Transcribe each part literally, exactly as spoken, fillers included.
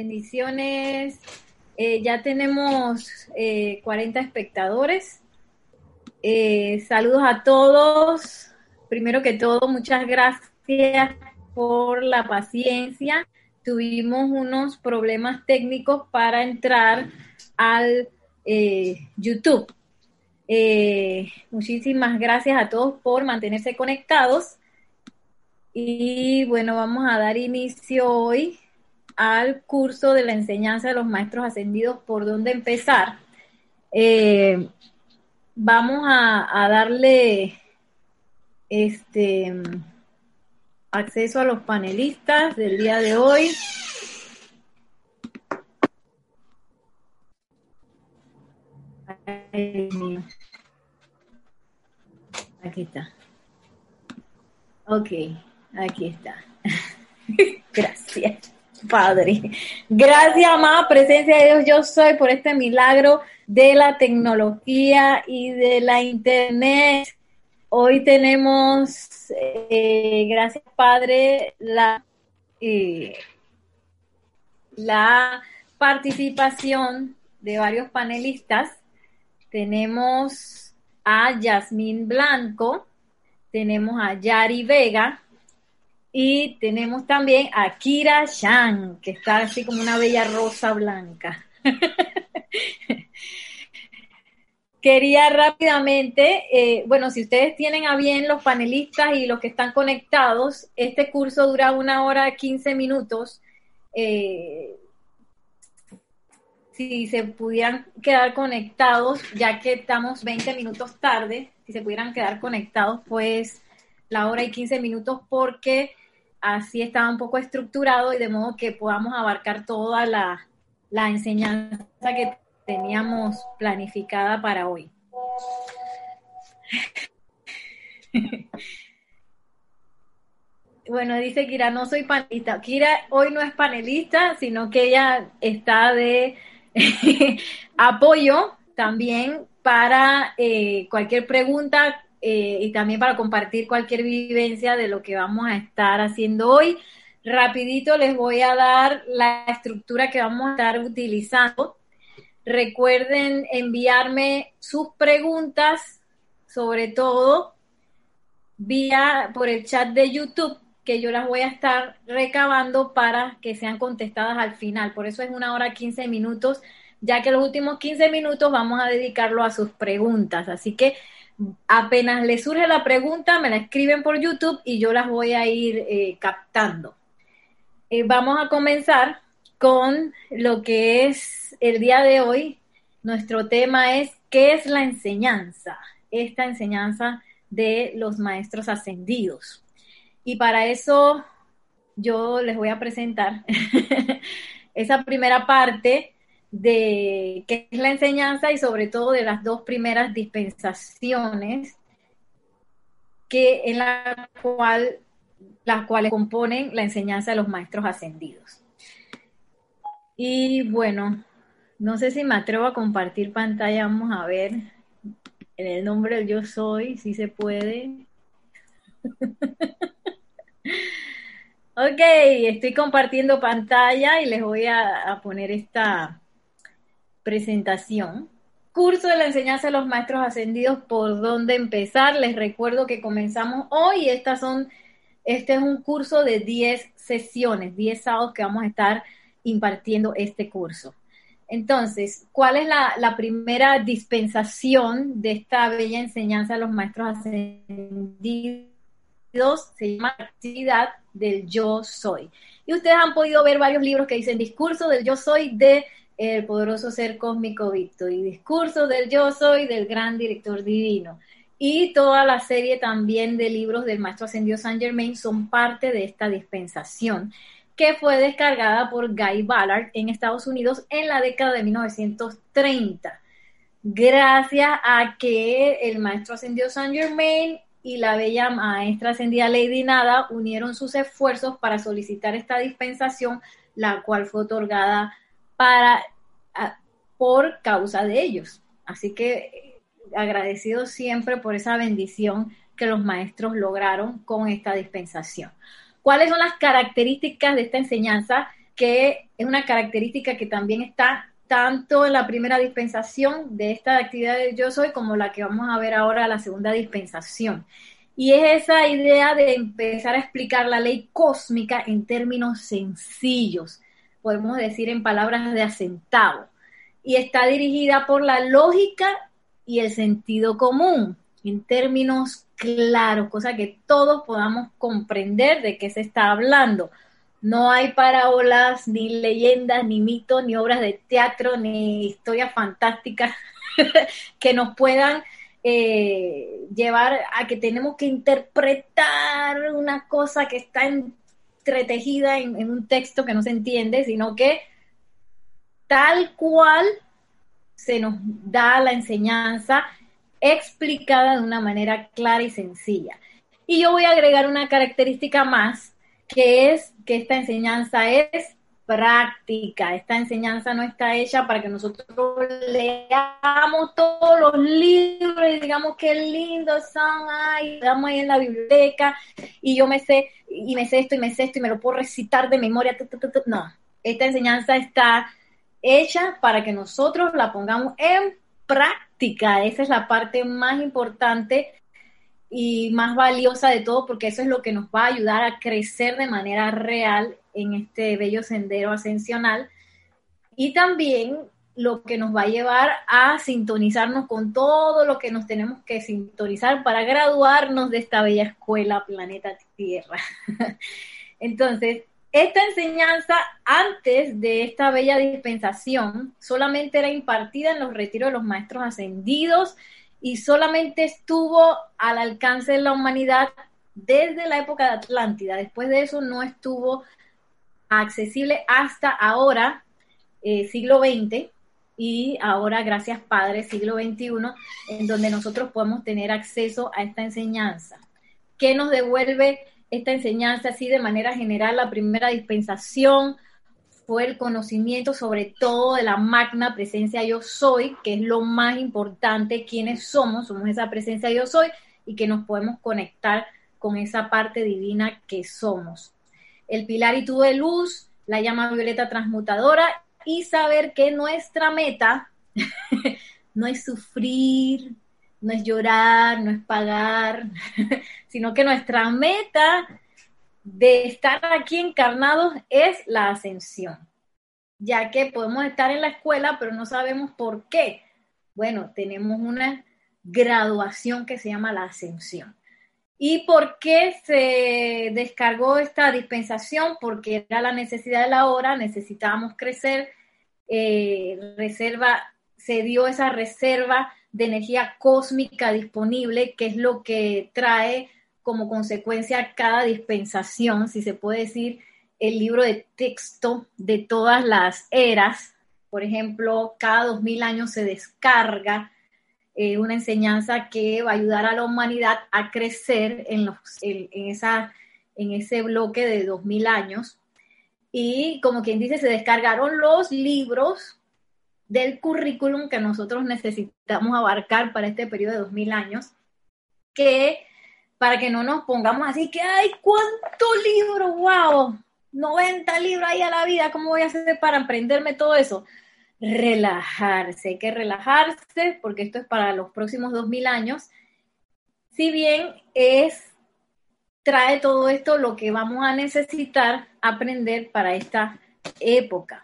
Bendiciones. Eh, ya tenemos eh, cuarenta espectadores. Eh, saludos a todos. Primero que todo, muchas gracias por la paciencia. Tuvimos unos problemas técnicos para entrar al eh, YouTube. Eh, muchísimas gracias a todos por mantenerse conectados. Y bueno, vamos a dar inicio hoy al curso de la enseñanza de los maestros ascendidos, por dónde empezar. Eh, vamos a, a darle este acceso a los panelistas del día de hoy. Ay, mío. Aquí está. Ok, aquí está. Gracias, Padre. Gracias, amada presencia de Dios, yo soy, por este milagro de la tecnología y de la internet. Hoy tenemos, eh, gracias, Padre, la, eh, la participación de varios panelistas. Tenemos a Yasmín Blanco, tenemos a Yari Vega y tenemos también a Kira Chan, que está así como una bella rosa blanca. Quería rápidamente, eh, bueno, si ustedes tienen a bien los panelistas y los que están conectados, este curso dura una hora quince minutos. Eh, si se pudieran quedar conectados, ya que estamos veinte minutos tarde, si se pudieran quedar conectados, pues la hora y quince minutos, porque así está un poco estructurado y de modo que podamos abarcar toda la, la enseñanza que teníamos planificada para hoy. Bueno, dice Kira, no soy panelista. Kira hoy no es panelista, sino que ella está de apoyo también para eh, cualquier pregunta eh, y también para compartir cualquier vivencia de lo que vamos a estar haciendo hoy. Rapidito les voy a dar la estructura que vamos a estar utilizando. Recuerden enviarme sus preguntas, sobre todo vía por el chat de YouTube, que yo las voy a estar recabando para que sean contestadas al final. Por eso es una hora quince minutos, ya que los últimos quince minutos vamos a dedicarlo a sus preguntas. Así que apenas les surge la pregunta, me la escriben por YouTube y yo las voy a ir eh, captando. Eh, vamos a comenzar con lo que es el día de hoy. Nuestro tema es ¿qué es la enseñanza? Esta enseñanza de los maestros ascendidos. Y para eso yo les voy a presentar esa primera parte de qué es la enseñanza y sobre todo de las dos primeras dispensaciones que en la cual, las cuales componen la enseñanza de los maestros ascendidos. Y bueno, no sé si me atrevo a compartir pantalla, vamos a ver en el nombre del yo soy, si se puede. Ok, estoy compartiendo pantalla y les voy a, a poner esta presentación. Curso de la enseñanza de los maestros ascendidos, ¿por dónde empezar? Les recuerdo que comenzamos hoy y estas son, este es un curso de diez sesiones, diez sábados que vamos a estar impartiendo este curso. Entonces, ¿cuál es la, la primera dispensación de esta bella enseñanza de los maestros ascendidos? Se llama actividad del yo soy. Y ustedes han podido ver varios libros que dicen discurso del yo soy de el poderoso ser cósmico Víctor y discurso del yo soy del gran director divino. Y toda la serie también de libros del maestro ascendido Saint Germain son parte de esta dispensación que fue descargada por Guy Ballard en Estados Unidos en la década de mil novecientos treinta. Gracias a que el maestro ascendido Saint Germain y la bella maestra ascendida Lady Nada unieron sus esfuerzos para solicitar esta dispensación, la cual fue otorgada para, a, por causa de ellos. Así que agradecido siempre por esa bendición que los maestros lograron con esta dispensación. ¿Cuáles son las características de esta enseñanza? que es una característica que también está tanto en la primera dispensación de esta actividad de Yo Soy como la que vamos a ver ahora, la segunda dispensación. Y es esa idea de empezar a explicar la ley cósmica en términos sencillos, podemos decir en palabras de a centavo. Y está dirigida por la lógica y el sentido común, en términos claros, cosa que todos podamos comprender de qué se está hablando. No hay parábolas, ni leyendas, ni mitos, ni obras de teatro, ni historias fantásticas que nos puedan eh, llevar a que tenemos que interpretar una cosa que está entretejida en, en un texto que no se entiende, sino que tal cual se nos da la enseñanza explicada de una manera clara y sencilla. Y yo voy a agregar una característica más, que es que esta enseñanza es práctica. Esta enseñanza no está hecha para que nosotros leamos todos los libros y digamos qué lindos son, ay, estamos ahí en la biblioteca y yo me sé, y me sé esto y me sé esto y me lo puedo recitar de memoria. No, esta enseñanza está hecha para que nosotros la pongamos en práctica. Esa es la parte más importante y más valiosa de todo, porque eso es lo que nos va a ayudar a crecer de manera real en este bello sendero ascensional, y también lo que nos va a llevar a sintonizarnos con todo lo que nos tenemos que sintonizar para graduarnos de esta bella escuela planeta Tierra. Entonces, esta enseñanza antes de esta bella dispensación solamente era impartida en los retiros de los maestros ascendidos y solamente estuvo al alcance de la humanidad desde la época de Atlántida. Después de eso no estuvo accesible hasta ahora, eh, siglo veinte, y ahora, gracias Padre, siglo veintiuno, en donde nosotros podemos tener acceso a esta enseñanza. ¿Qué nos devuelve esta enseñanza así de manera general? La primera dispensación fue el conocimiento sobre todo de la magna presencia Yo Soy, que es lo más importante, quiénes somos, somos esa presencia Yo Soy, y que nos podemos conectar con esa parte divina que somos. El pilar y tubo de luz, la llama violeta transmutadora, y saber que nuestra meta no es sufrir, no es llorar, no es pagar, sino que nuestra meta de estar aquí encarnados es la ascensión, ya que podemos estar en la escuela, pero no sabemos por qué. Bueno, tenemos una graduación que se llama la ascensión. ¿Y por qué se descargó esta dispensación? Porque era la necesidad de la hora, necesitábamos crecer, eh, reserva, se dio esa reserva de energía cósmica disponible, que es lo que trae como consecuencia cada dispensación, si se puede decir, el libro de texto de todas las eras. Por ejemplo, cada dos mil años se descarga eh, una enseñanza que va a ayudar a la humanidad a crecer en, los, en, en, esa, en ese bloque de dos mil años. Y como quien dice, se descargaron los libros del currículum que nosotros necesitamos abarcar para este periodo de dos mil años, que para que no nos pongamos así que, ¡ay, cuánto libro! ¡Wow! noventa libros ahí a la vida, ¿cómo voy a hacer para aprenderme todo eso? Relajarse, hay que relajarse porque esto es para los próximos dos mil años. Si bien es, trae todo esto lo que vamos a necesitar aprender para esta época.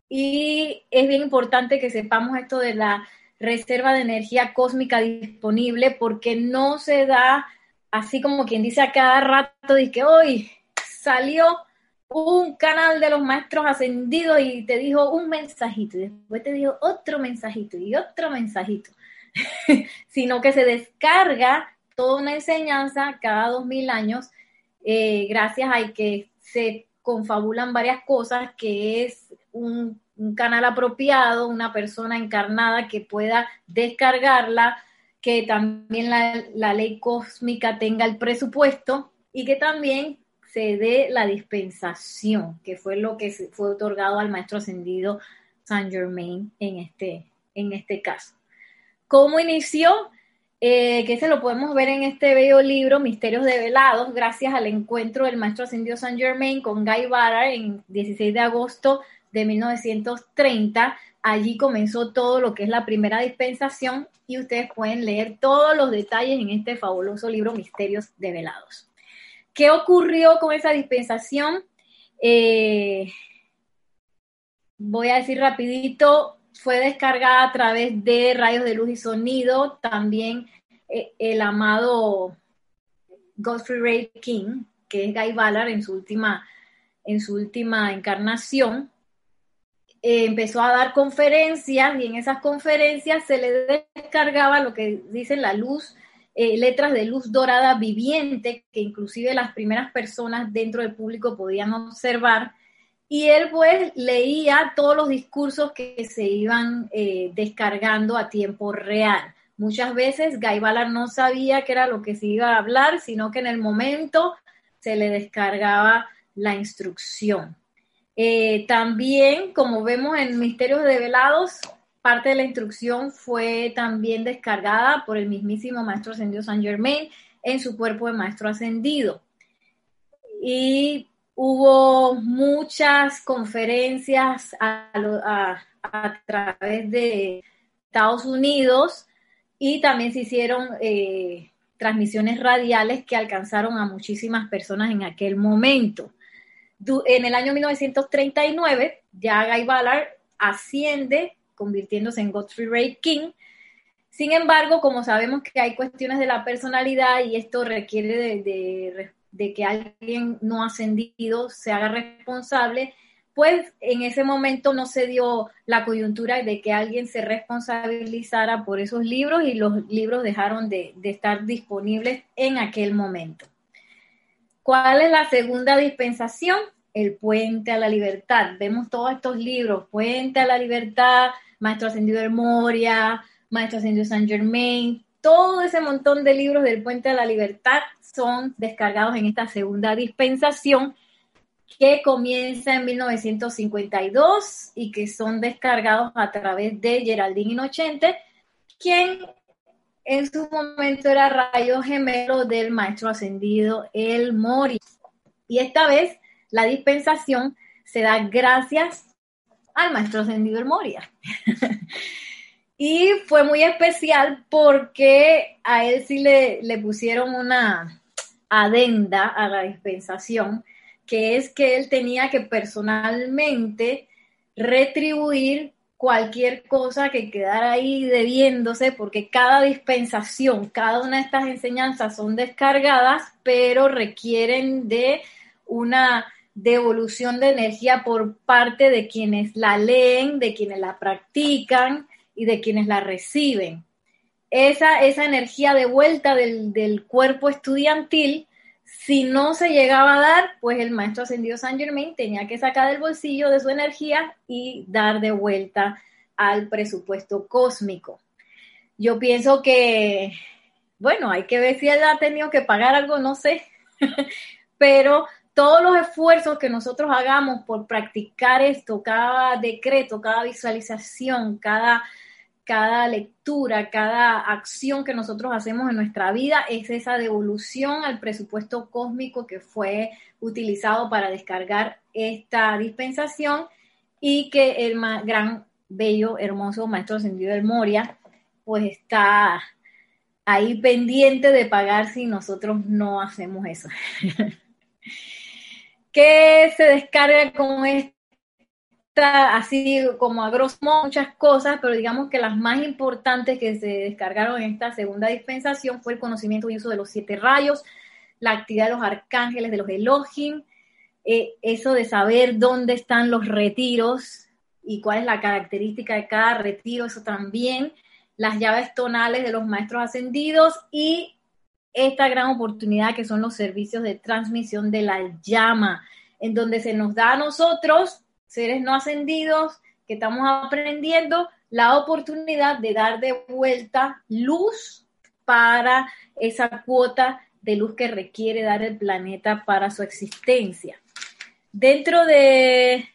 Y es bien importante que sepamos esto de la reserva de energía cósmica disponible, porque no se da así como quien dice a cada rato, de que hoy salió un canal de los maestros ascendidos y te dijo un mensajito, y después te dijo otro mensajito y otro mensajito, sino que se descarga toda una enseñanza cada dos mil años, eh, gracias a que se confabulan varias cosas, que es un, un canal apropiado, una persona encarnada que pueda descargarla, que también la, la ley cósmica tenga el presupuesto y que también se dé la dispensación, que fue lo que fue otorgado al maestro ascendido Saint Germain en este, en este caso. ¿Cómo inició? eh, que se lo podemos ver en este bello libro, Misterios Develados, gracias al encuentro del Maestro Ascendido Saint Germain con Guy Ballard en dieciséis de agosto de mil novecientos treinta. Allí comenzó todo lo que es la primera dispensación y ustedes pueden leer todos los detalles en este fabuloso libro, Misterios Develados. ¿Qué ocurrió con esa dispensación? Eh, voy a decir rapidito, fue descargada a través de rayos de luz y sonido, también eh, el amado Godfrey Ray King, que es Guy Ballard en su última, en su última encarnación, eh, empezó a dar conferencias y en esas conferencias se le descargaba lo que dicen la luz, eh, letras de luz dorada viviente, que inclusive las primeras personas dentro del público podían observar, y él pues leía todos los discursos que se iban eh, descargando a tiempo real. Muchas veces Guy Ballard no sabía qué era lo que se iba a hablar, sino que en el momento se le descargaba la instrucción. Eh, también, como vemos en Misterios Develados, parte de la instrucción fue también descargada por el mismísimo Maestro Ascendido Saint Germain en su cuerpo de Maestro Ascendido. Y hubo muchas conferencias a, a, a través de Estados Unidos y también se hicieron eh, transmisiones radiales que alcanzaron a muchísimas personas en aquel momento. En el año mil novecientos treinta y nueve, ya Guy Ballard asciende, convirtiéndose en Godfrey Ray King. Sin embargo, como sabemos que hay cuestiones de la personalidad y esto requiere de, de, de que alguien no ascendido se haga responsable, pues en ese momento no se dio la coyuntura de que alguien se responsabilizara por esos libros y los libros dejaron de, de estar disponibles en aquel momento. ¿Cuál es la segunda dispensación? El Puente a la Libertad. Vemos todos estos libros, Puente a la Libertad, Maestro Ascendido del Moria, Maestro Ascendido Saint Germain, todo ese montón de libros del Puente a la Libertad son descargados en esta segunda dispensación que comienza en mil novecientos cincuenta y dos y que son descargados a través de Geraldine Inocente, quien en su momento era rayo gemelo del Maestro Ascendido El Moria. Y esta vez la dispensación se da gracias al Maestro Ascendido El Moria. Y fue muy especial porque a él sí le, le pusieron una adenda a la dispensación, que es que él tenía que personalmente retribuir cualquier cosa que quedara ahí debiéndose, porque cada dispensación, cada una de estas enseñanzas son descargadas, pero requieren de una devolución de energía por parte de quienes la leen, de quienes la practican y de quienes la reciben. Esa, esa energía de vuelta del, del cuerpo estudiantil, si no se llegaba a dar, pues el Maestro Ascendido Saint Germain tenía que sacar del bolsillo de su energía y dar de vuelta al presupuesto cósmico. Yo pienso que, bueno, hay que ver si él ha tenido que pagar algo, no sé, pero todos los esfuerzos que nosotros hagamos por practicar esto, cada decreto, cada visualización, cada, cada lectura, cada acción que nosotros hacemos en nuestra vida, es esa devolución al presupuesto cósmico que fue utilizado para descargar esta dispensación y que el gran, bello, hermoso Maestro Ascendido del Moria, pues está ahí pendiente de pagar si nosotros no hacemos eso. ¿Qué se descarga con esta, así como a grosso modo, muchas cosas, pero digamos que las más importantes que se descargaron en esta segunda dispensación fue el conocimiento y uso de los siete rayos, la actividad de los arcángeles, de los Elohim, eh, eso de saber dónde están los retiros y cuál es la característica de cada retiro, eso también, las llaves tonales de los maestros ascendidos y esta gran oportunidad que son los servicios de transmisión de la llama, en donde se nos da a nosotros, seres no ascendidos, que estamos aprendiendo, la oportunidad de dar de vuelta luz para esa cuota de luz que requiere dar el planeta para su existencia. Dentro de,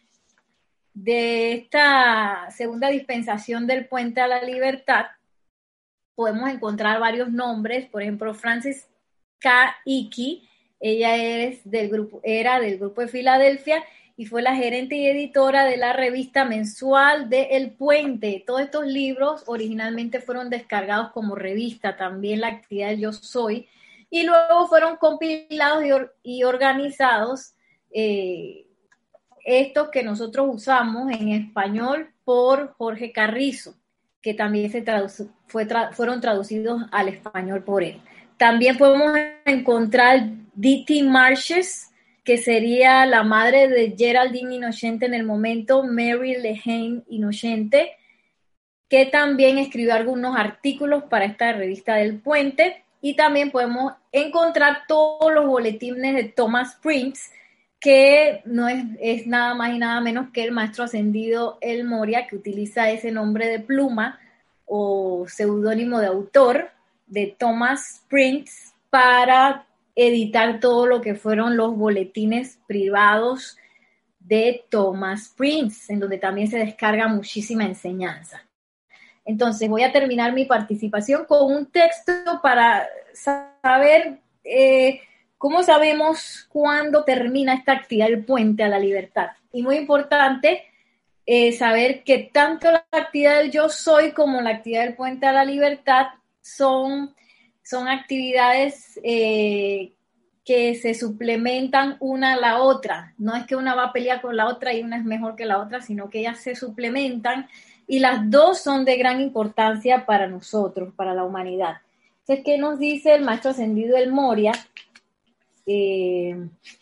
de esta segunda dispensación del Puente a la Libertad, podemos encontrar varios nombres, por ejemplo, Frances K. Hickey, ella es del grupo, era del grupo de Filadelfia y fue la gerente y editora de la revista mensual de El Puente. Todos estos libros originalmente fueron descargados como revista, también la actividad del Yo Soy, y luego fueron compilados y, or, y organizados eh, estos que nosotros usamos en español por Jorge Carrizo, que también se traduce, fue tra, fueron traducidos al español por él. También podemos encontrar D T Marches, que sería la madre de Geraldine Inocente en el momento, Mary Lehane Inocente, que también escribió algunos artículos para esta revista del Puente. Y también podemos encontrar todos los boletines de Thomas Prince, que no es, es nada más y nada menos que el maestro ascendido El Moria, que utiliza ese nombre de pluma o seudónimo de autor de Thomas Prince para editar todo lo que fueron los boletines privados de Thomas Prince, en donde también se descarga muchísima enseñanza. Entonces voy a terminar mi participación con un texto para saber eh, cómo sabemos cuándo termina esta actividad del Puente a la Libertad. Y muy importante eh, saber que tanto la actividad del Yo Soy como la actividad del Puente a la Libertad son, son actividades eh, que se suplementan una a la otra. No es que una va a pelear con la otra y una es mejor que la otra, sino que ellas se suplementan y las dos son de gran importancia para nosotros, para la humanidad. Entonces, ¿qué nos dice el maestro ascendido El Moria eh,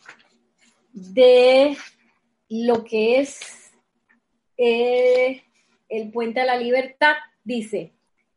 de lo que es eh, el Puente a la Libertad? Dice,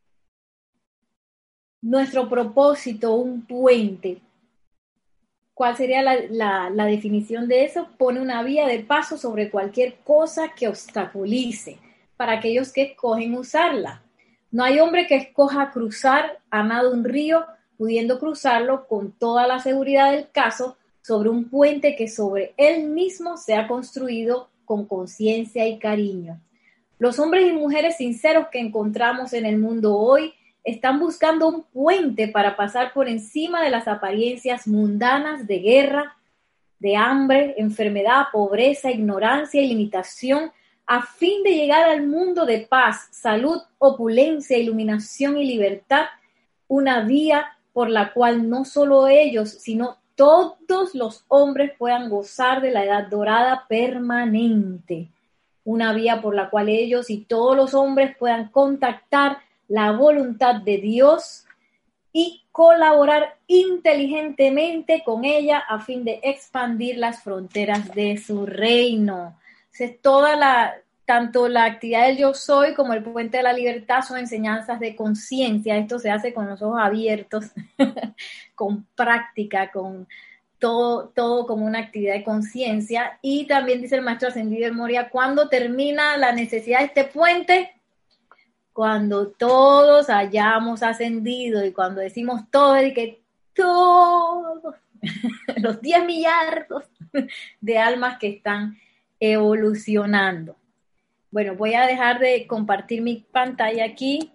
nuestro propósito, un puente. ¿Cuál sería la, la, la definición de eso? Pone una vía de paso sobre cualquier cosa que obstaculice para aquellos que escogen usarla. No hay hombre que escoja cruzar a nado un río, pudiendo cruzarlo con toda la seguridad del caso sobre un puente que sobre él mismo se ha construido con conciencia y cariño. Los hombres y mujeres sinceros que encontramos en el mundo hoy están buscando un puente para pasar por encima de las apariencias mundanas de guerra, de hambre, enfermedad, pobreza, ignorancia y limitación, a fin de llegar al mundo de paz, salud, opulencia, iluminación y libertad, una vía por la cual no solo ellos, sino todos los hombres puedan gozar de la edad dorada permanente. Una vía por la cual ellos y todos los hombres puedan contactar la voluntad de Dios y colaborar inteligentemente con ella a fin de expandir las fronteras de su reino. Entonces, toda la, tanto la actividad del Yo Soy como el Puente de la Libertad son enseñanzas de conciencia. Esto se hace con los ojos abiertos, con práctica, con todo, todo como una actividad de conciencia. Y también dice el maestro ascendido El Moria, ¿cuándo termina la necesidad de este puente? Cuando todos hayamos ascendido, y cuando decimos todos, es que todos, los diez millardos de almas que están evolucionando. Bueno, voy a dejar de compartir mi pantalla aquí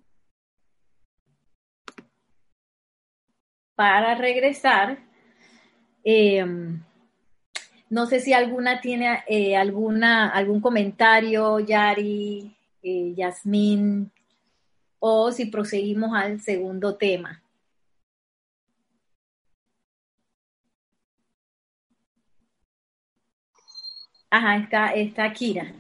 para regresar. Eh, no sé si alguna tiene eh, alguna, algún comentario, Yari, eh, Yasmín, o si proseguimos al segundo tema. Ajá, está, está Kira.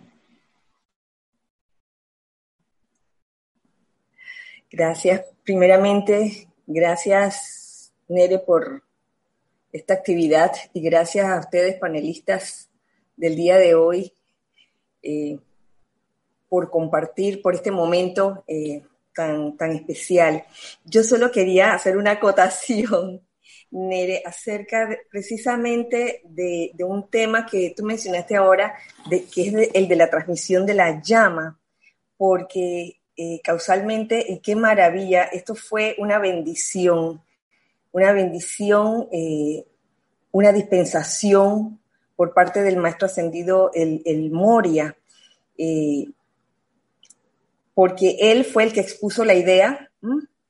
Gracias. Primeramente, gracias, Nere, por esta actividad y gracias a ustedes, panelistas del día de hoy, eh, por compartir por este momento eh, tan, tan especial. Yo solo quería hacer una acotación, Nere, acerca de, precisamente de, de un tema que tú mencionaste ahora, de, que es de, el de la transmisión de la llama, porque eh, causalmente, eh, qué maravilla, esto fue una bendición, una bendición, eh, una dispensación por parte del maestro ascendido el, el Moria, eh, porque él fue el que expuso la idea, ¿m?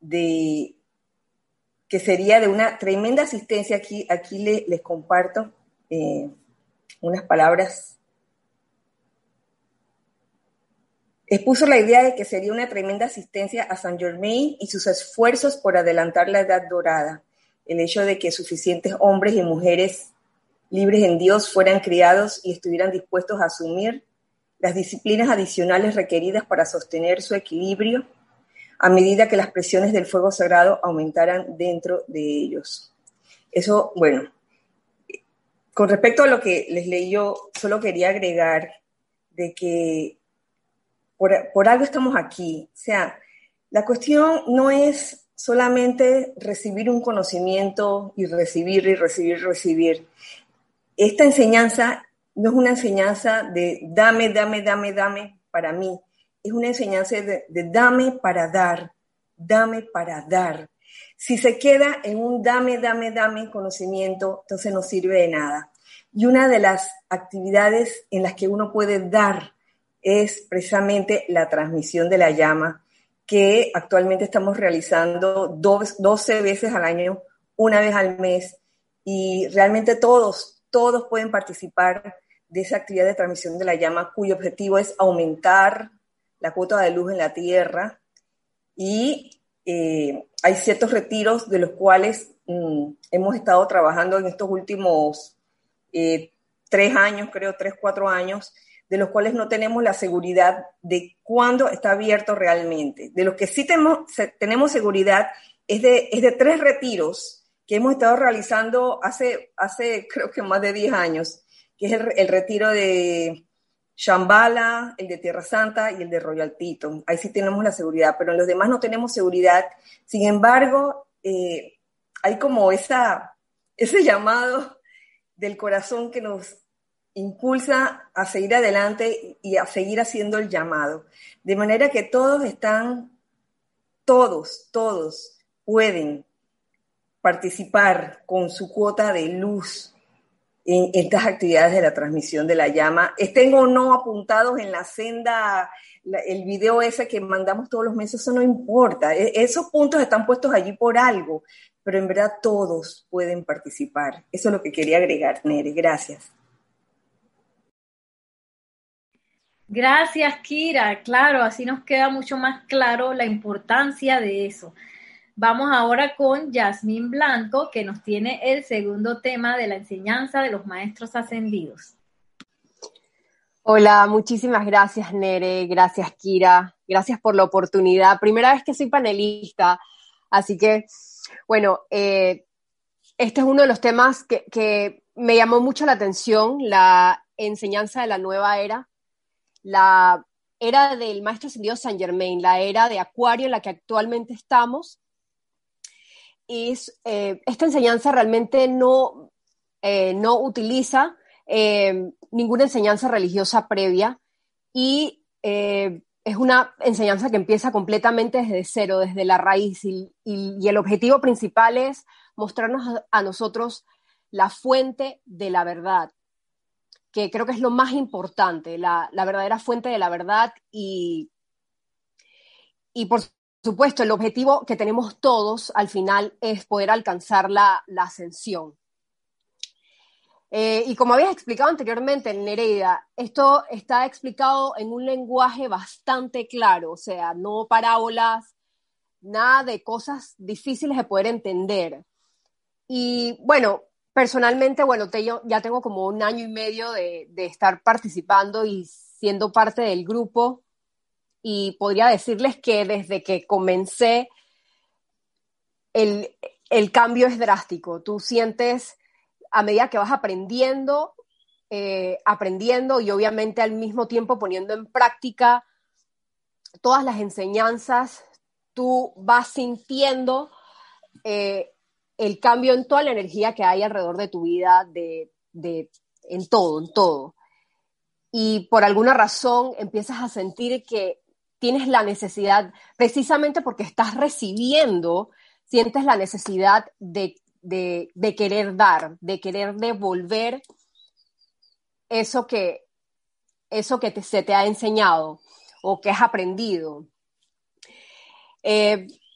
de que sería de una tremenda asistencia. Aquí, aquí le, les comparto eh, unas palabras. Expuso la idea de que sería una tremenda asistencia a Saint Germain y sus esfuerzos por adelantar la Edad Dorada. El hecho de que suficientes hombres y mujeres libres en Dios fueran criados y estuvieran dispuestos a asumir las disciplinas adicionales requeridas para sostener su equilibrio a medida que las presiones del fuego sagrado aumentaran dentro de ellos. Eso, bueno, con respecto a lo que les leí yo, solo quería agregar de que por, por algo estamos aquí. O sea, la cuestión no es solamente recibir un conocimiento y recibir y recibir y recibir. Esta enseñanza no es una enseñanza de dame, dame, dame, dame para mí. Es una enseñanza de, de dame para dar, dame para dar. Si se queda en un dame, dame, dame conocimiento, entonces no sirve de nada. Y una de las actividades en las que uno puede dar es precisamente la transmisión de la llama, que actualmente estamos realizando dos, doce veces al año, una vez al mes, y realmente todos, todos pueden participar de esa actividad de transmisión de la llama, cuyo objetivo es aumentar la cuota de luz en la tierra. Y eh, hay ciertos retiros de los cuales mm, hemos estado trabajando en estos últimos eh, tres años, creo, tres, cuatro años, de los cuales no tenemos la seguridad de cuándo está abierto realmente. De los que sí tenemos, tenemos seguridad es de, es de tres retiros que hemos estado realizando hace, hace creo que más de diez años, que es el, el retiro de Shambhala, el de Tierra Santa y el de Royal Teton. Ahí sí tenemos la seguridad, pero en los demás no tenemos seguridad. Sin embargo, eh, hay como esa, ese llamado del corazón que nos impulsa a seguir adelante y a seguir haciendo el llamado. De manera que todos están, todos, todos pueden participar con su cuota de luz en estas actividades de la transmisión de la llama, estén o no apuntados en la senda, la, el video ese que mandamos todos los meses, eso no importa, e, esos puntos están puestos allí por algo, pero en verdad todos pueden participar. Eso es lo que quería agregar, Nere. Gracias. Gracias, Kira. Claro, así nos queda mucho más claro la importancia de eso. Vamos ahora con Yasmín Blanco, que nos tiene el segundo tema de la enseñanza de los maestros ascendidos. Hola, muchísimas gracias, Nere, gracias, Kira, gracias por la oportunidad. Primera vez que soy panelista, así que, bueno, eh, este es uno de los temas que, que me llamó mucho la atención, la enseñanza de la nueva era, la era del maestro ascendido Saint Germain, la era de Acuario en la que actualmente estamos. Es, eh, esta enseñanza realmente no, eh, no utiliza eh, ninguna enseñanza religiosa previa y eh, es una enseñanza que empieza completamente desde cero, desde la raíz, y, y, y el objetivo principal es mostrarnos a, a nosotros la fuente de la verdad, que creo que es lo más importante, la, la verdadera fuente de la verdad y, y por supuesto, el objetivo que tenemos todos al final es poder alcanzar la, la ascensión. Eh, y como habías explicado anteriormente, Nereida, esto está explicado en un lenguaje bastante claro, o sea, no parábolas, nada de cosas difíciles de poder entender. Y bueno, personalmente, bueno, te, yo ya tengo como un año y medio de, de estar participando y siendo parte del grupo. Y podría decirles que desde que comencé, el, el cambio es drástico. Tú sientes, a medida que vas aprendiendo, eh, aprendiendo y obviamente al mismo tiempo poniendo en práctica todas las enseñanzas, tú vas sintiendo eh, el cambio en toda la energía que hay alrededor de tu vida, de, de, en todo, en todo. Y por alguna razón empiezas a sentir que tienes la necesidad, precisamente porque estás recibiendo, sientes la necesidad de, de, de querer dar, de querer devolver eso que, eso que te, se te ha enseñado o que has aprendido. Eh,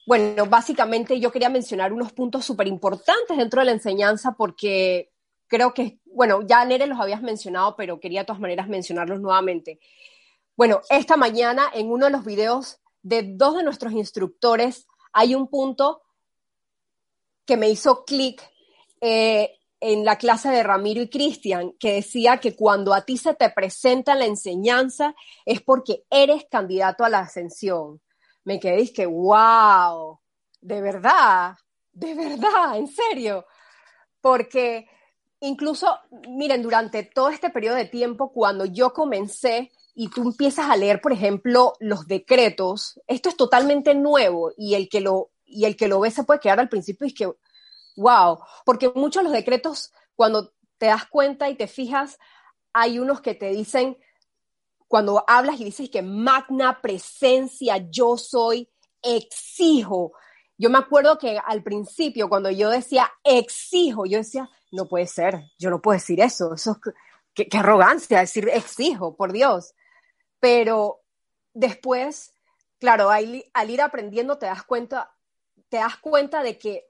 bueno, básicamente yo quería mencionar unos puntos súper importantes dentro de la enseñanza porque creo que, bueno, ya Nere los habías mencionado, pero quería de todas maneras mencionarlos nuevamente. Bueno, esta mañana en uno de los videos de dos de nuestros instructores hay un punto que me hizo clic eh, en la clase de Ramiro y Cristian, que decía que cuando a ti se te presenta la enseñanza es porque eres candidato a la ascensión. Me quedé y dije, wow, de verdad, de verdad, en serio. Porque incluso, miren, durante todo este periodo de tiempo, cuando yo comencé y tú empiezas a leer, por ejemplo, los decretos, esto es totalmente nuevo y el que lo, y el que lo ve se puede quedar al principio y es que, wow, porque muchos de los decretos, cuando te das cuenta y te fijas, hay unos que te dicen, cuando hablas y dices que magna presencia yo soy, exijo. Yo me acuerdo que al principio, cuando yo decía exijo, yo decía, no puede ser, yo no puedo decir eso, eso es, qué, qué arrogancia decir exijo, por Dios. Pero después, claro, al, al ir aprendiendo te das cuenta, te das cuenta de que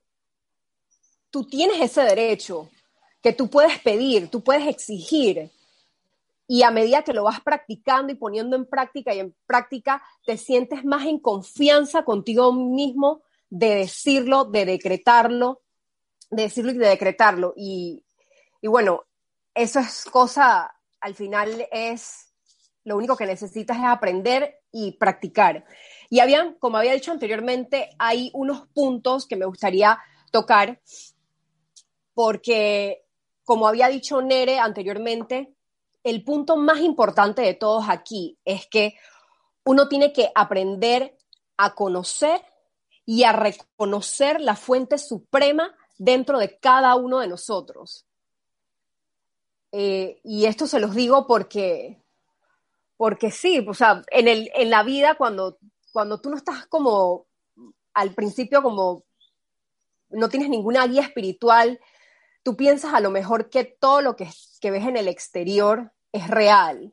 tú tienes ese derecho, que tú puedes pedir, tú puedes exigir, y a medida que lo vas practicando y poniendo en práctica y en práctica, te sientes más en confianza contigo mismo de decirlo, de decretarlo, de decirlo y de decretarlo. Y, y bueno, eso es cosa, al final es, lo único que necesitas es aprender y practicar. Y habían, como había dicho anteriormente, hay unos puntos que me gustaría tocar, porque, como había dicho Nere anteriormente, el punto más importante de todos aquí es que uno tiene que aprender a conocer y a reconocer la fuente suprema dentro de cada uno de nosotros. Eh, y esto se los digo porque, porque sí, o sea, en, el, en la vida cuando, cuando tú no estás como al principio como no tienes ninguna guía espiritual, tú piensas a lo mejor que todo lo que, que ves en el exterior es real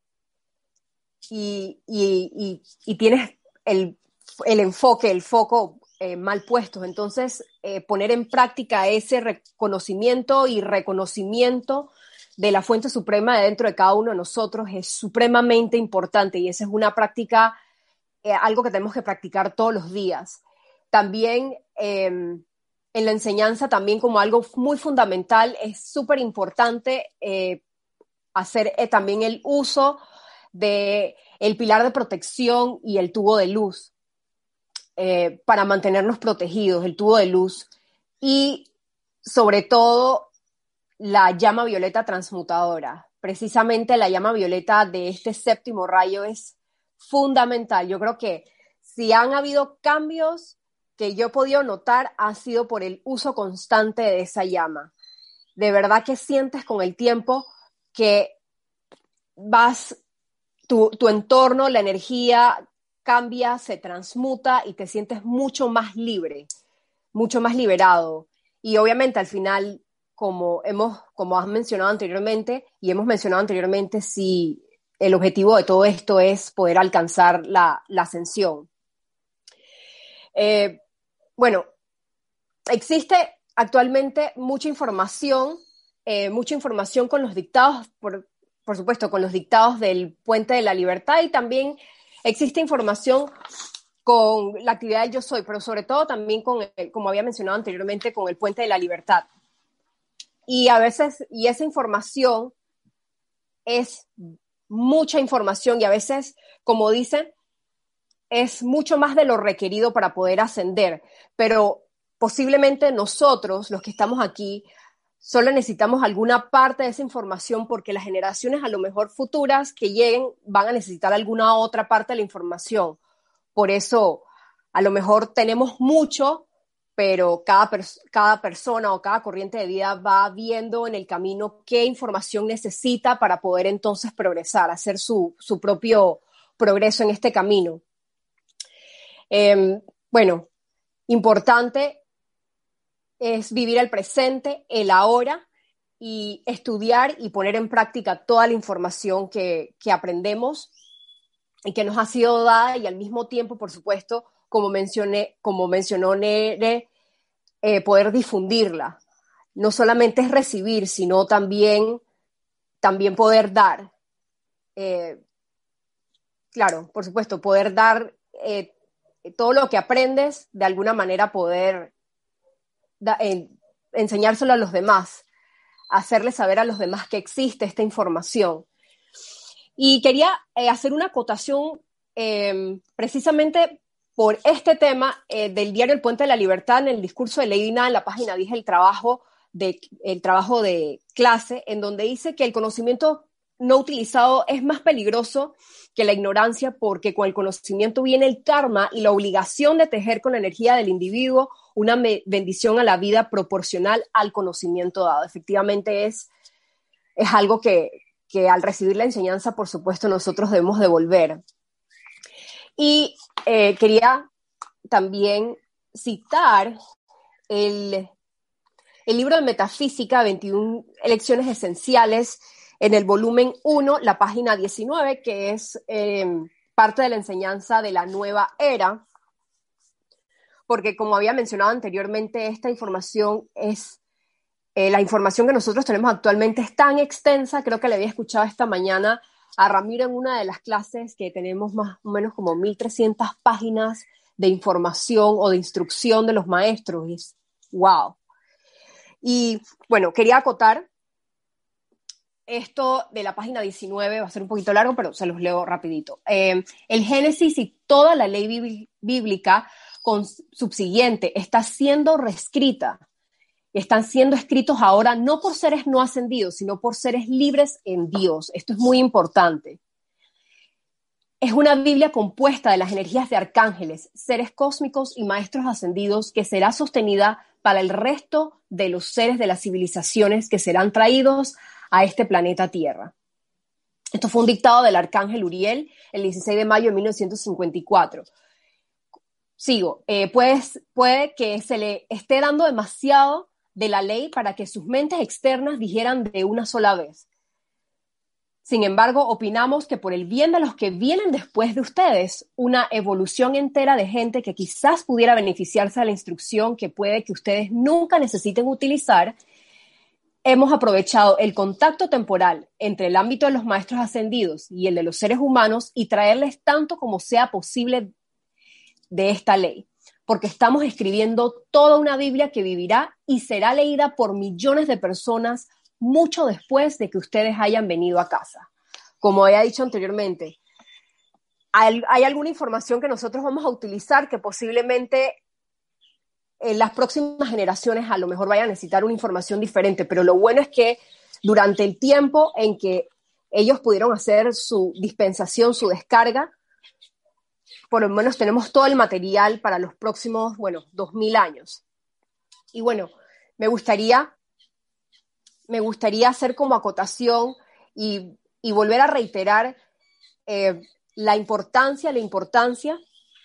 y, y, y, y tienes el, el enfoque, el foco eh, mal puestos. Entonces, eh, poner en práctica ese reconocimiento y reconocimiento de la fuente suprema de dentro de cada uno de nosotros es supremamente importante y esa es una práctica, eh, algo que tenemos que practicar todos los días. También eh, en la enseñanza, también como algo muy fundamental, es súper importante eh, hacer eh, también el uso del pilar de protección y el tubo de luz eh, para mantenernos protegidos, el tubo de luz y sobre todo la llama violeta transmutadora. Precisamente la llama violeta de este séptimo rayo es fundamental. Yo creo que si han habido cambios que yo he podido notar ha sido por el uso constante de esa llama. De verdad que sientes con el tiempo que vas, tu, tu entorno, la energía cambia, se transmuta y te sientes mucho más libre, mucho más liberado. Y obviamente al final, como hemos, como has mencionado anteriormente, y hemos mencionado anteriormente, sí, el objetivo de todo esto es poder alcanzar la, la ascensión. Eh, bueno, existe actualmente mucha información, eh, mucha información con los dictados, por, por supuesto, con los dictados del Puente de la Libertad y también existe información con la actividad del Yo Soy, pero sobre todo también con, el, como había mencionado anteriormente, con el Puente de la Libertad. Y a veces, y esa información es mucha información y a veces, como dicen, es mucho más de lo requerido para poder ascender, pero posiblemente nosotros, los que estamos aquí, solo necesitamos alguna parte de esa información porque las generaciones a lo mejor futuras que lleguen van a necesitar alguna otra parte de la información. Por eso, a lo mejor tenemos mucho, pero cada, pers- cada persona o cada corriente de vida va viendo en el camino qué información necesita para poder entonces progresar, hacer su, su propio progreso en este camino. Eh, bueno, importante es vivir el presente, el ahora y estudiar y poner en práctica toda la información que, que aprendemos y que nos ha sido dada y al mismo tiempo, por supuesto, como mencioné, como mencionó Nere, eh, poder difundirla. No solamente es recibir, sino también, también poder dar. Eh, claro, por supuesto, poder dar eh, todo lo que aprendes, de alguna manera poder da, eh, enseñárselo a los demás, hacerles saber a los demás que existe esta información. Y quería eh, hacer una acotación eh, precisamente por este tema eh, del diario El Puente de la Libertad, en el discurso de Lady Nada, en la página diez, el trabajo de, el trabajo de clase, en donde dice que el conocimiento no utilizado es más peligroso que la ignorancia, porque con el conocimiento viene el karma y la obligación de tejer con la energía del individuo una bendición a la vida proporcional al conocimiento dado. Efectivamente es, es algo que, que al recibir la enseñanza, por supuesto, nosotros debemos devolver. Y eh, quería también citar el, el libro de Metafísica, veintiuna Lecciones Esenciales, en el volumen uno, la página diecinueve, que es eh, parte de la enseñanza de la nueva era, porque como había mencionado anteriormente, esta información es, eh, la información que nosotros tenemos actualmente es tan extensa. Creo que le había escuchado esta mañana a Ramiro en una de las clases que tenemos más o menos como mil trescientas páginas de información o de instrucción de los maestros. Y es, wow. Y bueno, quería acotar esto de la página diecinueve, va a ser un poquito largo, pero se los leo rapidito. Eh, el Génesis y toda la ley bíblica con subsiguiente está siendo reescrita. Están siendo escritos ahora no por seres no ascendidos, sino por seres libres en Dios. Esto es muy importante. Es una Biblia compuesta de las energías de arcángeles, seres cósmicos y maestros ascendidos que será sostenida para el resto de los seres de las civilizaciones que serán traídos a este planeta Tierra. Esto fue un dictado del arcángel Uriel el dieciséis de mayo de mil novecientos cincuenta y cuatro. Sigo. Eh, pues, puede que se le esté dando demasiado de la ley para que sus mentes externas dijeran de una sola vez. Sin embargo, opinamos que por el bien de los que vienen después de ustedes, una evolución entera de gente que quizás pudiera beneficiarse de la instrucción que puede que ustedes nunca necesiten utilizar, hemos aprovechado el contacto temporal entre el ámbito de los maestros ascendidos y el de los seres humanos y traerles tanto como sea posible de esta ley, porque estamos escribiendo toda una Biblia que vivirá y será leída por millones de personas mucho después de que ustedes hayan venido a casa. Como había dicho anteriormente, hay, hay alguna información que nosotros vamos a utilizar que posiblemente en las próximas generaciones a lo mejor vayan a necesitar una información diferente, pero lo bueno es que durante el tiempo en que ellos pudieron hacer su dispensación, su descarga, por lo menos tenemos todo el material para los próximos, bueno, dos mil años. Y bueno, me gustaría, me gustaría hacer como acotación y, y volver a reiterar eh, la importancia, la importancia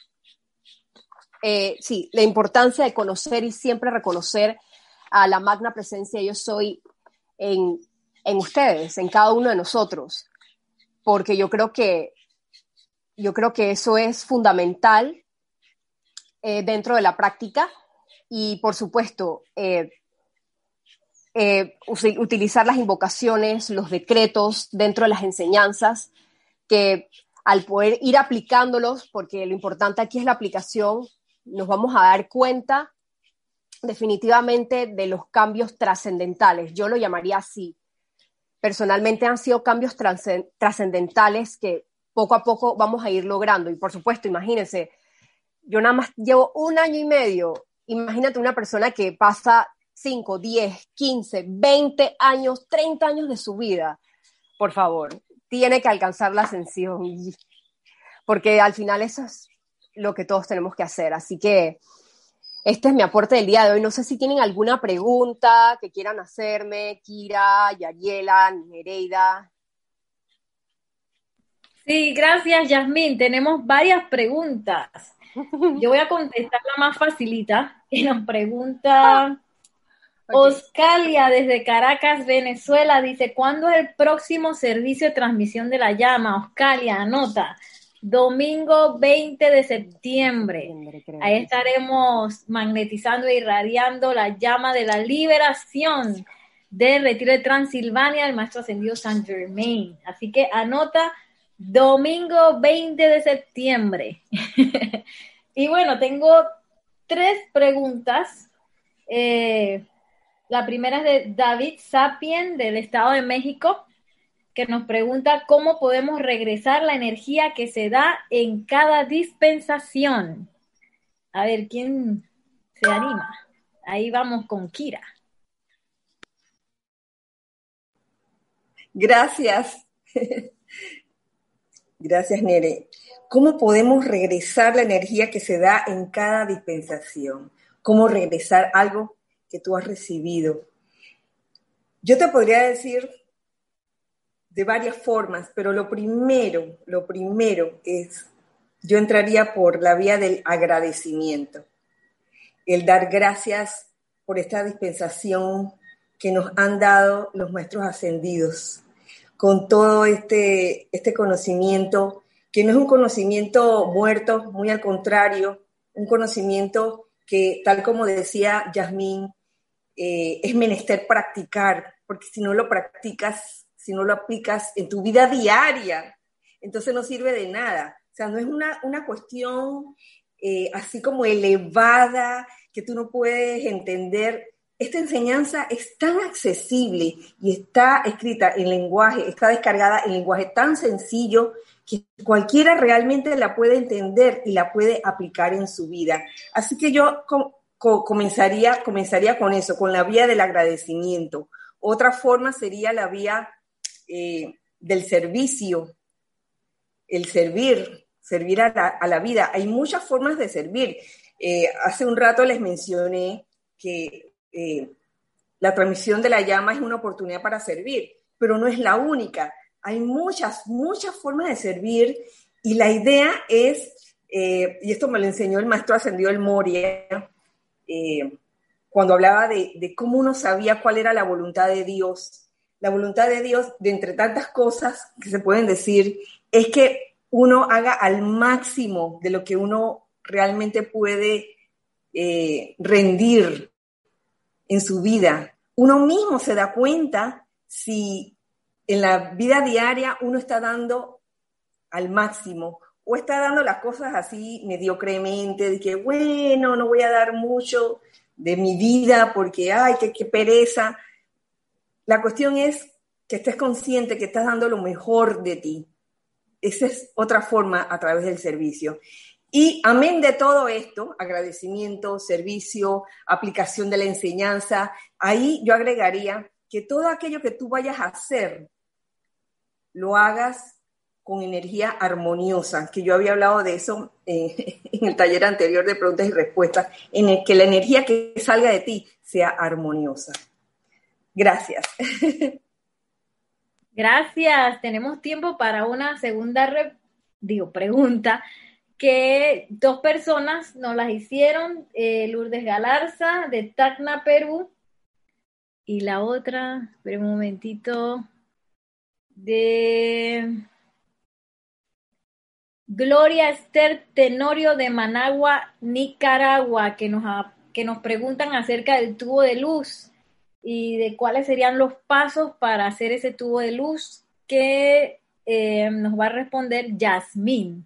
Eh, sí, la importancia de conocer y siempre reconocer a la magna presencia de Yo Soy en, en ustedes, en cada uno de nosotros, porque yo creo que, yo creo que eso es fundamental eh, dentro de la práctica y, por supuesto, eh, eh, utilizar las invocaciones, los decretos dentro de las enseñanzas, que al poder ir aplicándolos, porque lo importante aquí es la aplicación, nos vamos a dar cuenta definitivamente de los cambios trascendentales. Yo lo llamaría así. Personalmente han sido cambios trascendentales que poco a poco vamos a ir logrando. Y por supuesto, imagínense, yo nada más llevo un año y medio. Imagínate una persona que pasa cinco, diez, quince, veinte años, treinta años de su vida. Por favor, tiene que alcanzar la ascensión. Porque al final eso es lo que todos tenemos que hacer. Así que este es mi aporte del día de hoy. No sé si tienen alguna pregunta que quieran hacerme, Kira, Yariela, Nereida. Sí, gracias, Yasmín. Tenemos varias preguntas. Yo voy a contestar la más facilita, que nos pregunta okay. Oscalia desde Caracas, Venezuela. Dice, ¿cuándo es el próximo servicio de transmisión de la llama? Oscalia, anota. domingo veinte de septiembre. Ahí estaremos magnetizando e irradiando la llama de la liberación del Retiro de Transilvania del Maestro Ascendido Saint Germain. Así que anota domingo veinte de septiembre. Y bueno, tengo tres preguntas. Eh, la primera es de David Sapien, del Estado de México, que nos pregunta cómo podemos regresar la energía que se da en cada dispensación. A ver, ¿quién se anima? Ahí vamos con Kira. Gracias. Gracias, Nere. ¿Cómo podemos regresar la energía que se da en cada dispensación? ¿Cómo regresar algo que tú has recibido? Yo te podría decir de varias formas, pero lo primero, lo primero es, yo entraría por la vía del agradecimiento. El dar gracias por esta dispensación que nos han dado los maestros ascendidos, con todo este, este conocimiento, que no es un conocimiento muerto, muy al contrario, un conocimiento que, tal como decía Yasmín, eh, es menester practicar, porque si no lo practicas, si no lo aplicas en tu vida diaria, entonces no sirve de nada. O sea, no es una, una cuestión eh, así como elevada, que tú no puedes entender. Esta enseñanza es tan accesible y está escrita en lenguaje, está descargada en lenguaje tan sencillo que cualquiera realmente la puede entender y la puede aplicar en su vida. Así que yo com- com- comenzaría, comenzaría con eso, con la vía del agradecimiento. Otra forma sería la vía eh, del servicio, el servir, servir a la, a la vida. Hay muchas formas de servir. Eh, hace un rato les mencioné que Eh, la transmisión de la llama es una oportunidad para servir, pero no es la única. Hay muchas, muchas formas de servir y la idea es, eh, y esto me lo enseñó el maestro ascendido El Moria, eh, cuando hablaba de, de cómo uno sabía cuál era la voluntad de Dios. La voluntad de Dios, de entre tantas cosas que se pueden decir, es que uno haga al máximo de lo que uno realmente puede eh, rendir en su vida. Uno mismo se da cuenta si en la vida diaria uno está dando al máximo o está dando las cosas así mediocremente, de que bueno, no voy a dar mucho de mi vida porque ay, qué, qué pereza. La cuestión es que estés consciente que estás dando lo mejor de ti. Esa es otra forma a través del servicio. Y amén de todo esto, agradecimiento, servicio, aplicación de la enseñanza, ahí yo agregaría que todo aquello que tú vayas a hacer, lo hagas con energía armoniosa, que yo había hablado de eso eh, en el taller anterior de preguntas y respuestas, en el que la energía que salga de ti sea armoniosa. Gracias. Gracias. Tenemos tiempo para una segunda re- digo, pregunta, que dos personas nos las hicieron, eh, Lourdes Galarza, de Tacna, Perú, y la otra, espera un momentito, de Gloria Esther Tenorio, de Managua, Nicaragua, que nos, ha, que nos preguntan acerca del tubo de luz y de cuáles serían los pasos para hacer ese tubo de luz, que eh, nos va a responder Yasmín.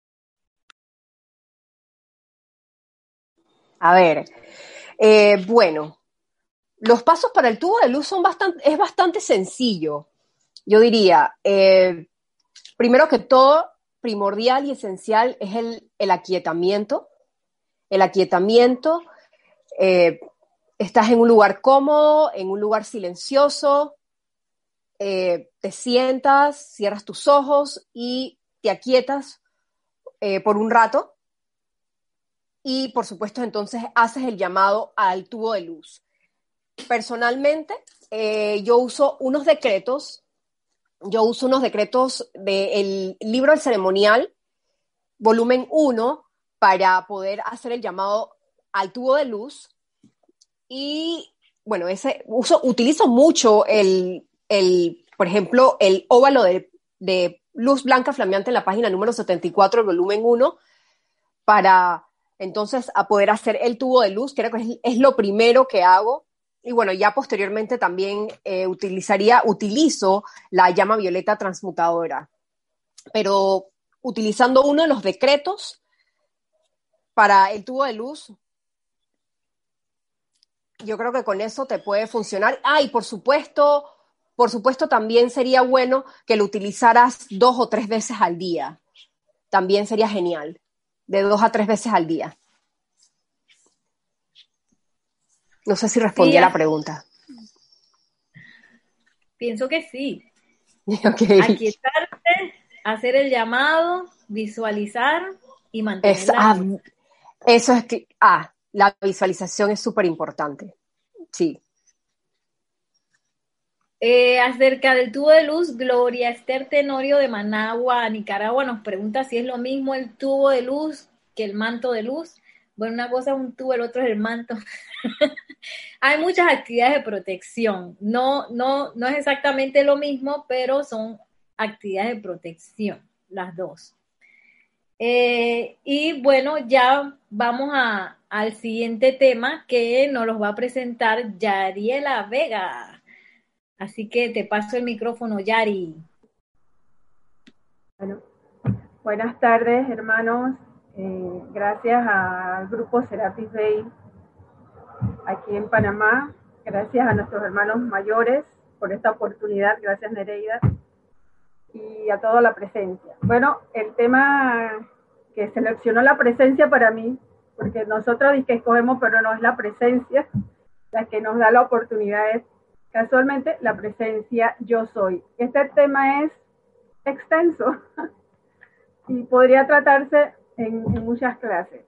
A ver, eh, bueno, los pasos para el tubo de luz son bastante, es bastante sencillo. Yo diría, eh, primero que todo, primordial y esencial es el, el aquietamiento. El aquietamiento, eh, estás en un lugar cómodo, en un lugar silencioso, eh, te sientas, cierras tus ojos y te aquietas eh, por un rato. Y, por supuesto, entonces haces el llamado al tubo de luz. Personalmente, eh, yo uso unos decretos, yo uso unos decretos del libro del ceremonial, volumen uno, para poder hacer el llamado al tubo de luz. Y, bueno, ese uso, utilizo mucho el, el, por ejemplo, el óvalo de, de luz blanca flameante en la página número setenta y cuatro, el volumen uno, para entonces a poder hacer el tubo de luz, creo que es, es lo primero que hago. Y bueno, ya posteriormente también eh, utilizaría, utilizo la llama violeta transmutadora, pero utilizando uno de los decretos para el tubo de luz, yo creo que con eso te puede funcionar. Ah, y por supuesto, por supuesto también sería bueno que lo utilizaras dos o tres veces al día. También sería genial, de dos a tres veces al día. No sé si respondí sí, a la pregunta. Pienso que sí. Okay. Aquietarte, hacer el llamado, visualizar y mantener es, la ah, Eso es que, ah, la visualización es súper importante. Sí. Eh, acerca del tubo de luz, Gloria Esther Tenorio de Managua, Nicaragua, nos pregunta si es lo mismo el tubo de luz que el manto de luz. Bueno, una cosa es un tubo, el otro es el manto. Hay muchas actividades de protección. No, no, no es exactamente lo mismo, pero son actividades de protección, las dos. Eh, y bueno, ya vamos a, al siguiente tema que nos los va a presentar Yariela Vega. Así que te paso el micrófono, Yari. Bueno, buenas tardes, hermanos. Eh, gracias al grupo Serapis Bay aquí en Panamá. Gracias a nuestros hermanos mayores por esta oportunidad. Gracias, Nereida. Y a toda la presencia. Bueno, el tema que seleccionó la presencia para mí, porque nosotros dice que escogemos, pero no es la presencia la que nos da la oportunidad, es casualmente la presencia yo soy. Este tema es extenso y podría tratarse en, en muchas clases.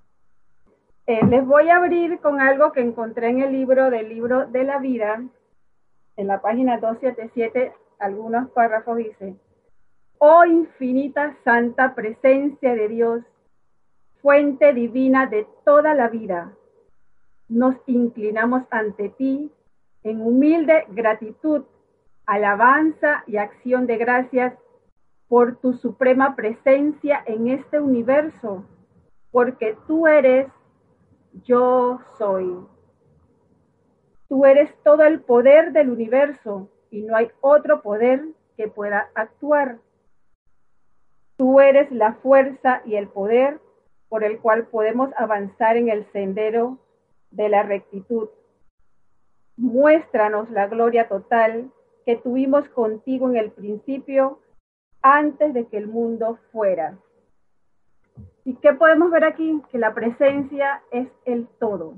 Eh, les voy a abrir con algo que encontré en el libro del libro de la vida, en la página doscientos setenta y siete, algunos párrafos dicen: oh infinita santa presencia de Dios, fuente divina de toda la vida, nos inclinamos ante ti en humilde gratitud, alabanza y acción de gracias por tu suprema presencia en este universo, porque tú eres yo soy. Tú eres todo el poder del universo y no hay otro poder que pueda actuar. Tú eres la fuerza y el poder por el cual podemos avanzar en el sendero de la rectitud. Muéstranos la gloria total que tuvimos contigo en el principio, antes de que el mundo fuera. ¿Y qué podemos ver aquí? Que la presencia es el todo.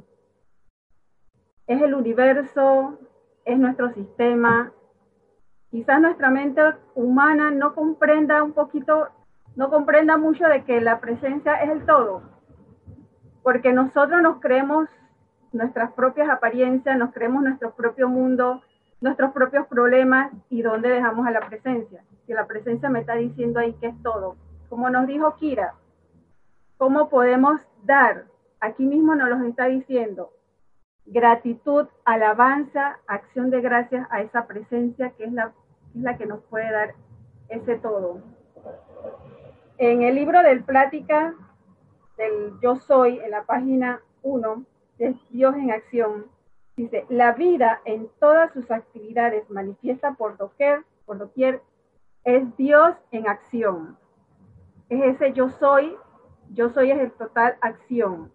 Es el universo, es nuestro sistema. Quizás nuestra mente humana no comprenda un poquito, no comprenda mucho de que la presencia es el todo. Porque nosotros nos creemos nuestras propias apariencias, nos creemos nuestro propio mundo, nuestros propios problemas, y ¿dónde dejamos a la presencia? Si la presencia me está diciendo ahí que es todo. Como nos dijo Kira, ¿cómo podemos dar? Aquí mismo nos lo está diciendo. Gratitud, alabanza, acción de gracias a esa presencia que es la, es la que nos puede dar ese todo. En el libro del Plática del Yo Soy, en la página uno, es Dios en acción, dice: la vida en todas sus actividades manifiesta por doquier, por doquier, es Dios en acción. Es ese yo soy, yo soy es el total acción.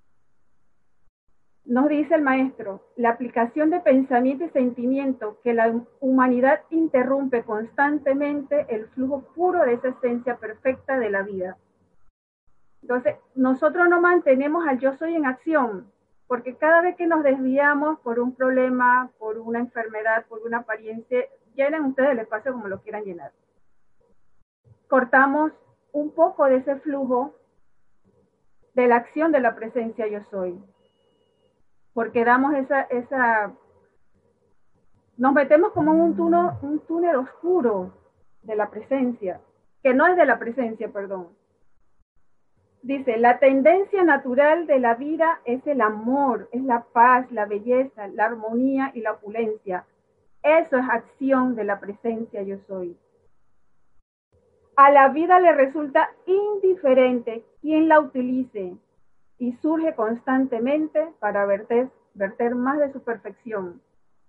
Nos dice el maestro: la aplicación de pensamiento y sentimiento que la humanidad interrumpe constantemente el flujo puro de esa esencia perfecta de la vida. Entonces, nosotros no mantenemos al yo soy en acción, porque cada vez que nos desviamos por un problema, por una enfermedad, por una apariencia, llenen ustedes el espacio como lo quieran llenar. Cortamos un poco de ese flujo de la acción de la presencia yo soy. Porque damos esa, esa, nos metemos como en un túnel, un túnel oscuro de la presencia, que no es de la presencia, perdón. Dice: la tendencia natural de la vida es el amor, es la paz, la belleza, la armonía y la opulencia. Eso es acción de la presencia yo soy. A la vida le resulta indiferente quién la utilice y surge constantemente para verter, verter más de su perfección.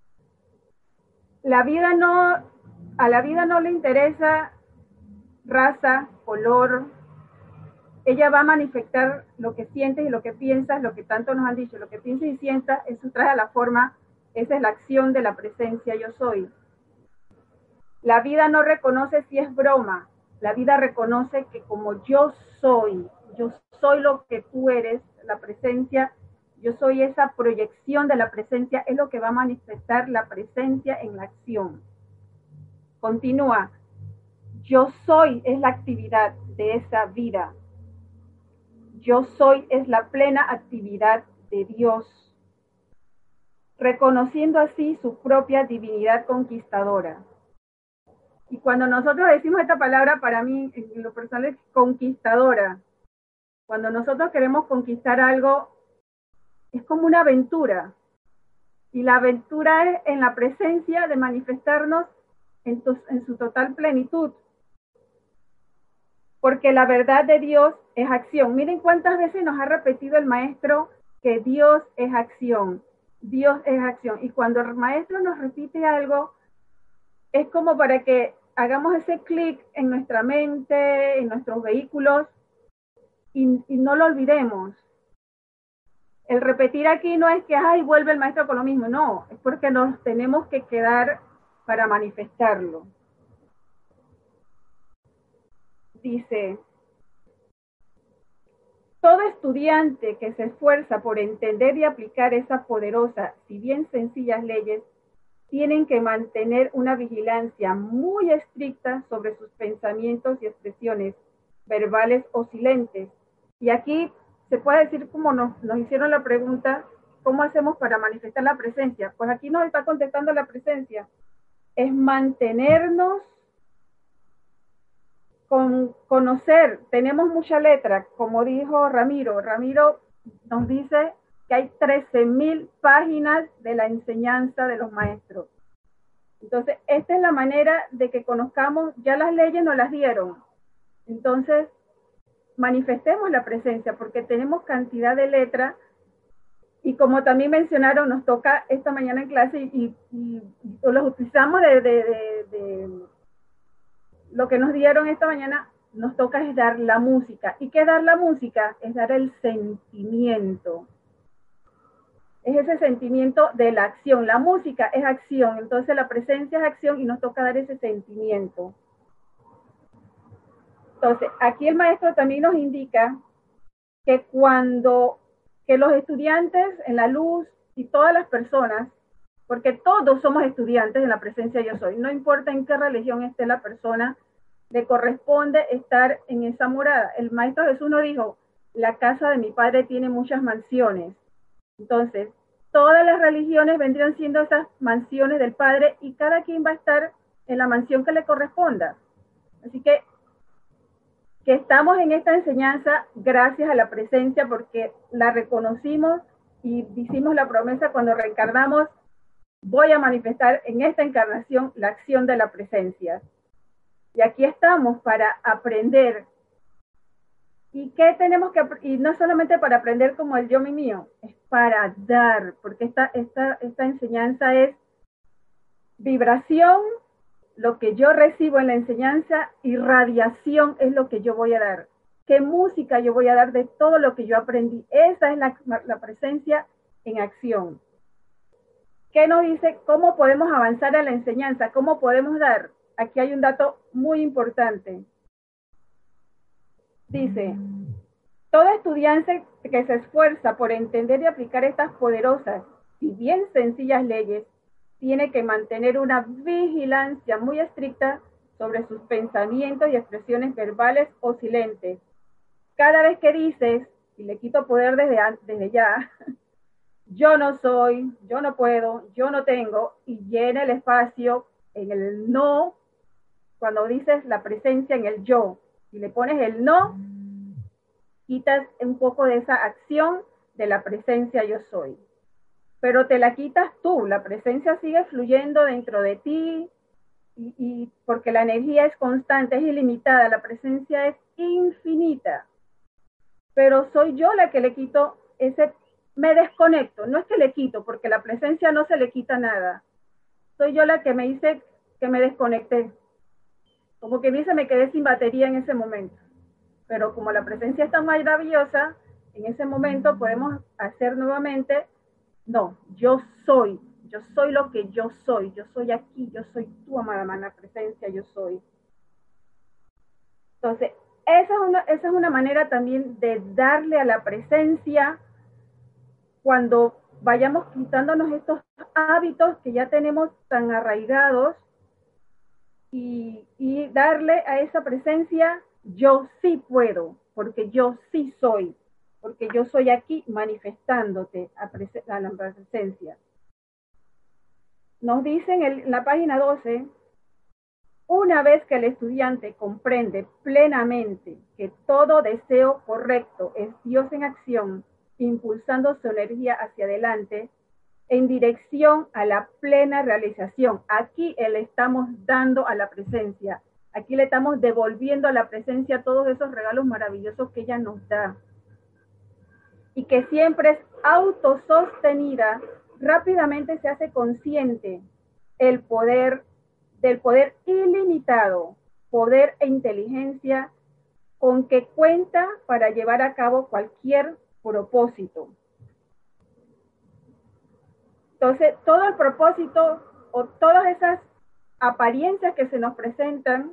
La vida no, a la vida no le interesa raza, color. Ella va a manifestar lo que sientes y lo que piensas, lo que tanto nos han dicho, lo que piensas y sientas, eso trae a la forma, esa es la acción de la presencia yo soy. La vida no reconoce si es broma, la vida reconoce que como yo soy, yo soy lo que tú eres, la presencia, yo soy esa proyección de la presencia, es lo que va a manifestar la presencia en la acción. Continúa, yo soy es la actividad de esa vida. Yo soy es la plena actividad de Dios, reconociendo así su propia divinidad conquistadora. Y cuando nosotros decimos esta palabra, para mí, en lo personal, es conquistadora. Cuando nosotros queremos conquistar algo, es como una aventura. Y la aventura es en la presencia de manifestarnos en, tu, en su total plenitud. Porque la verdad de Dios es acción. Miren cuántas veces nos ha repetido el maestro que Dios es acción. Dios es acción. Y cuando el maestro nos repite algo, es como para que hagamos ese clic en nuestra mente, en nuestros vehículos, y, y no lo olvidemos. El repetir aquí no es que, ay, vuelve el maestro con lo mismo. No, es porque nos tenemos que quedar para manifestarlo. Dice, todo estudiante que se esfuerza por entender y aplicar esas poderosas, si bien sencillas leyes, tienen que mantener una vigilancia muy estricta sobre sus pensamientos y expresiones verbales o silentes. Y aquí se puede decir, como nos, nos hicieron la pregunta, ¿cómo hacemos para manifestar la presencia? Pues aquí nos está contestando la presencia. Es mantenernos con conocer. Tenemos mucha letra, como dijo Ramiro. Ramiro nos dice que hay trece mil páginas de la enseñanza de los maestros. Entonces, esta es la manera de que conozcamos, ya las leyes nos las dieron. Entonces, manifestemos la presencia, porque tenemos cantidad de letras, y como también mencionaron, nos toca esta mañana en clase, y, y, y los utilizamos de, de, de, de lo que nos dieron esta mañana, nos toca es dar la música. ¿Y qué dar la música? Es dar el sentimiento. Es ese sentimiento de la acción. La música es acción, entonces la presencia es acción y nos toca dar ese sentimiento. Entonces, aquí el maestro también nos indica que cuando, que los estudiantes en la luz y todas las personas, porque todos somos estudiantes en la presencia yo soy, no importa en qué religión esté la persona, le corresponde estar en esa morada. El maestro Jesús nos dijo, la casa de mi padre tiene muchas mansiones. Entonces, todas las religiones vendrían siendo esas mansiones del Padre y cada quien va a estar en la mansión que le corresponda. Así que, que estamos en esta enseñanza gracias a la presencia porque la reconocimos y hicimos la promesa cuando reencarnamos, voy a manifestar en esta encarnación la acción de la presencia. Y aquí estamos para aprender. ¿Y qué tenemos que aprender? Y no solamente para aprender como el yo mi mío, es para dar, porque esta, esta, esta enseñanza es vibración, lo que yo recibo en la enseñanza, y radiación es lo que yo voy a dar. ¿Qué música yo voy a dar de todo lo que yo aprendí? Esa es la, la presencia en acción. ¿Qué nos dice? ¿Cómo podemos avanzar en la enseñanza? ¿Cómo podemos dar? Aquí hay un dato muy importante. Dice, todo estudiante que se esfuerza por entender y aplicar estas poderosas y bien sencillas leyes, tiene que mantener una vigilancia muy estricta sobre sus pensamientos y expresiones verbales o silentes. Cada vez que dices, y le quito poder desde, desde ya, yo no soy, yo no puedo, yo no tengo, y llena el espacio en el no, cuando dices la presencia en el yo, y le pones el no, quitas un poco de esa acción de la presencia yo soy. Pero te la quitas tú, la presencia sigue fluyendo dentro de ti, y, y porque la energía es constante, es ilimitada, la presencia es infinita, pero soy yo la que le quito ese, me desconecto, no es que le quito, porque la presencia no se le quita nada, soy yo la que me dice que me desconecté, como que dice me quedé sin batería en ese momento, pero como la presencia es tan maravillosa, en ese momento podemos hacer nuevamente, no, yo soy, yo soy lo que yo soy, yo soy aquí, yo soy tu amada magna presencia, yo soy. Entonces, esa es una, esa es una manera también de darle a la presencia cuando vayamos quitándonos estos hábitos que ya tenemos tan arraigados y, y darle a esa presencia, yo sí puedo, porque yo sí soy, porque yo soy aquí manifestándote a, presen- a la presencia. Nos dicen en la página doce, una vez que el estudiante comprende plenamente que todo deseo correcto es Dios en acción, impulsando su energía hacia adelante, en dirección a la plena realización. Aquí le estamos dando a la presencia, aquí le estamos devolviendo a la presencia todos esos regalos maravillosos que ella nos da. Y que siempre es autosostenida, rápidamente se hace consciente el poder del poder ilimitado, poder e inteligencia con que cuenta para llevar a cabo cualquier propósito. Entonces, todo el propósito o todas esas apariencias que se nos presentan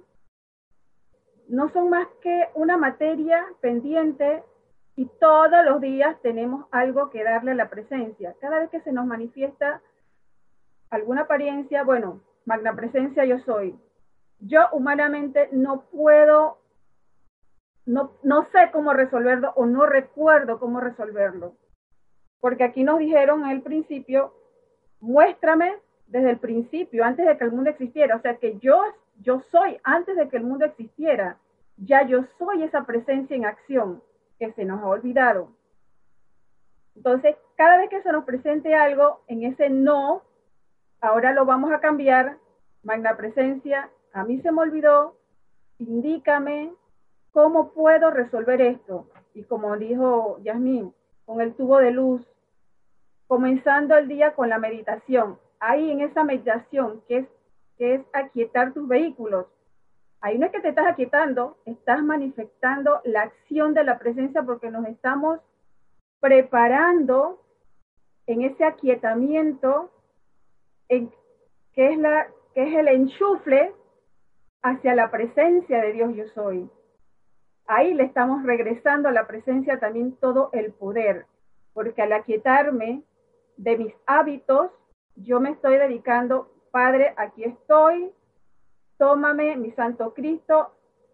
no son más que una materia pendiente y todos los días tenemos algo que darle a la presencia. Cada vez que se nos manifiesta alguna apariencia, bueno, magna presencia yo soy. Yo humanamente no puedo, no, no sé cómo resolverlo o no recuerdo cómo resolverlo. Porque aquí nos dijeron al principio, muéstrame desde el principio, antes de que el mundo existiera. O sea que yo, yo soy antes de que el mundo existiera. Ya yo soy esa presencia en acción que se nos ha olvidado. Entonces, cada vez que se nos presente algo, en ese no, ahora lo vamos a cambiar, magna presencia, a mí se me olvidó, indícame cómo puedo resolver esto. Y como dijo Yasmín, con el tubo de luz, comenzando el día con la meditación. Ahí en esa meditación, que es, que es aquietar tus vehículos, ahí no es que te estás aquietando, estás manifestando la acción de la presencia porque nos estamos preparando en ese aquietamiento en, que, es la, que es el enchufle hacia la presencia de Dios yo soy. Ahí le estamos regresando a la presencia también todo el poder, porque al aquietarme de mis hábitos, yo me estoy dedicando, Padre, aquí estoy, tómame, mi Santo Cristo,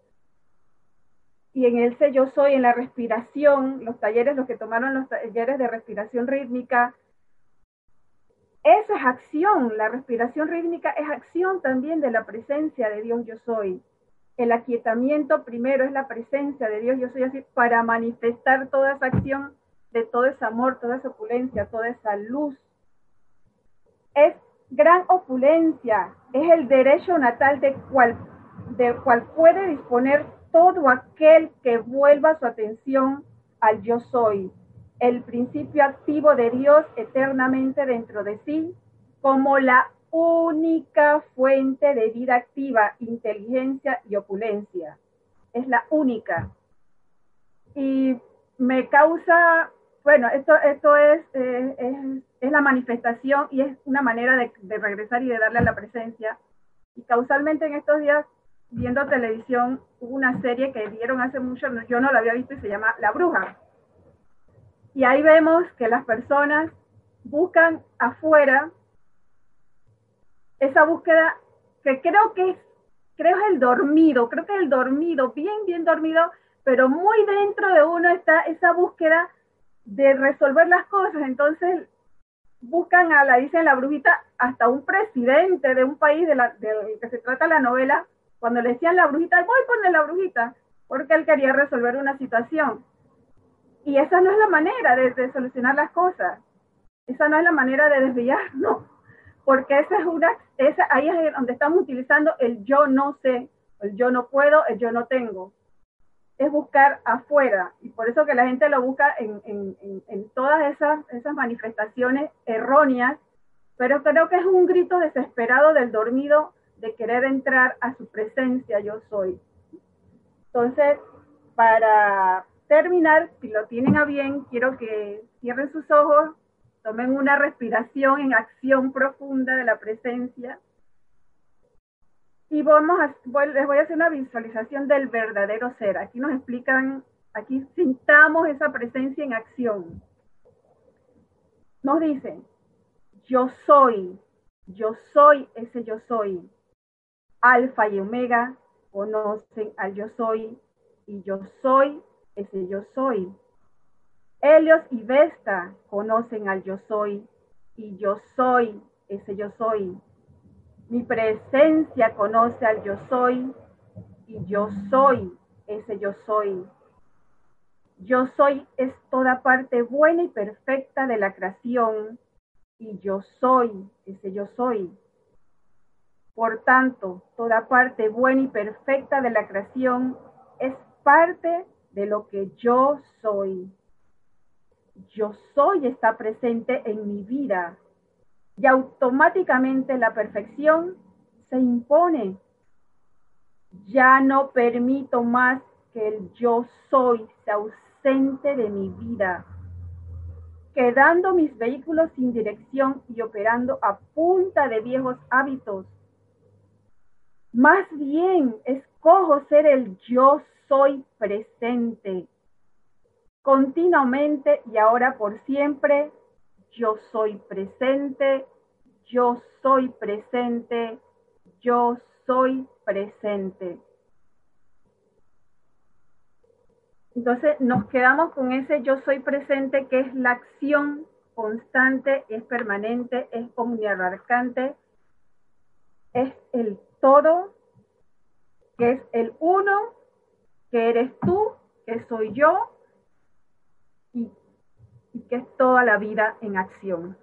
y en ese yo soy, en la respiración, los talleres, los que tomaron los talleres de respiración rítmica, esa es acción, la respiración rítmica es acción también de la presencia de Dios yo soy. El aquietamiento primero es la presencia de Dios yo soy, así para manifestar toda esa acción de todo ese amor, toda esa opulencia, toda esa luz. Es gran opulencia, es el derecho natal de cual, de cual puede disponer todo aquel que vuelva su atención al yo soy, el principio activo de Dios eternamente dentro de sí, como la única fuente de vida activa, inteligencia y opulencia. Es la única. Y me causa, bueno, esto, esto es, eh, es, es la manifestación y es una manera de, de regresar y de darle a la presencia. Y causalmente en estos días, viendo televisión, hubo una serie que dieron hace mucho, yo no la había visto y se llama La Bruja. Y ahí vemos que las personas buscan afuera esa búsqueda que creo que es, creo es el dormido, creo que es el dormido, bien, bien dormido, pero muy dentro de uno está esa búsqueda de resolver las cosas. Entonces buscan a la, dicen la brujita, hasta un presidente de un país de la, del que se trata la novela, cuando le decían la brujita, voy a poner la brujita, porque él quería resolver una situación. Y esa no es la manera de, de solucionar las cosas. Esa no es la manera de desviarnos. porque esa es una, esa, ahí es donde estamos utilizando el yo no sé, el yo no puedo, el yo no tengo. Es buscar afuera, y por eso que la gente lo busca en, en, en, en todas esas, esas manifestaciones erróneas, pero creo que es un grito desesperado del dormido de querer entrar a su presencia yo soy. Entonces, para terminar, si lo tienen a bien, quiero que cierren sus ojos, tomen una respiración en acción profunda de la presencia y vamos a, les voy a hacer una visualización del verdadero ser. Aquí nos explican, aquí sintamos esa presencia en acción. Nos dicen, yo soy, yo soy ese yo soy. Alfa y Omega conocen al yo soy y yo soy ese yo soy. Helios y Vesta conocen al yo soy y yo soy ese yo soy. Mi presencia conoce al yo soy y yo soy ese yo soy. Yo soy es toda parte buena y perfecta de la creación y yo soy ese yo soy. Por tanto, toda parte buena y perfecta de la creación es parte de lo que yo soy. Yo soy está presente en mi vida y automáticamente la perfección se impone. Ya no permito más que el yo soy se ausente de mi vida, quedando mis vehículos sin dirección y operando a punta de viejos hábitos. Más bien, escojo ser el yo soy presente, continuamente y ahora por siempre. Yo soy presente, yo soy presente, yo soy presente. Entonces nos quedamos con ese yo soy presente, que es la acción constante, es permanente, es omniabarcante, es el todo, que es el uno, que eres tú, que soy yo, y, y que es toda la vida en acción.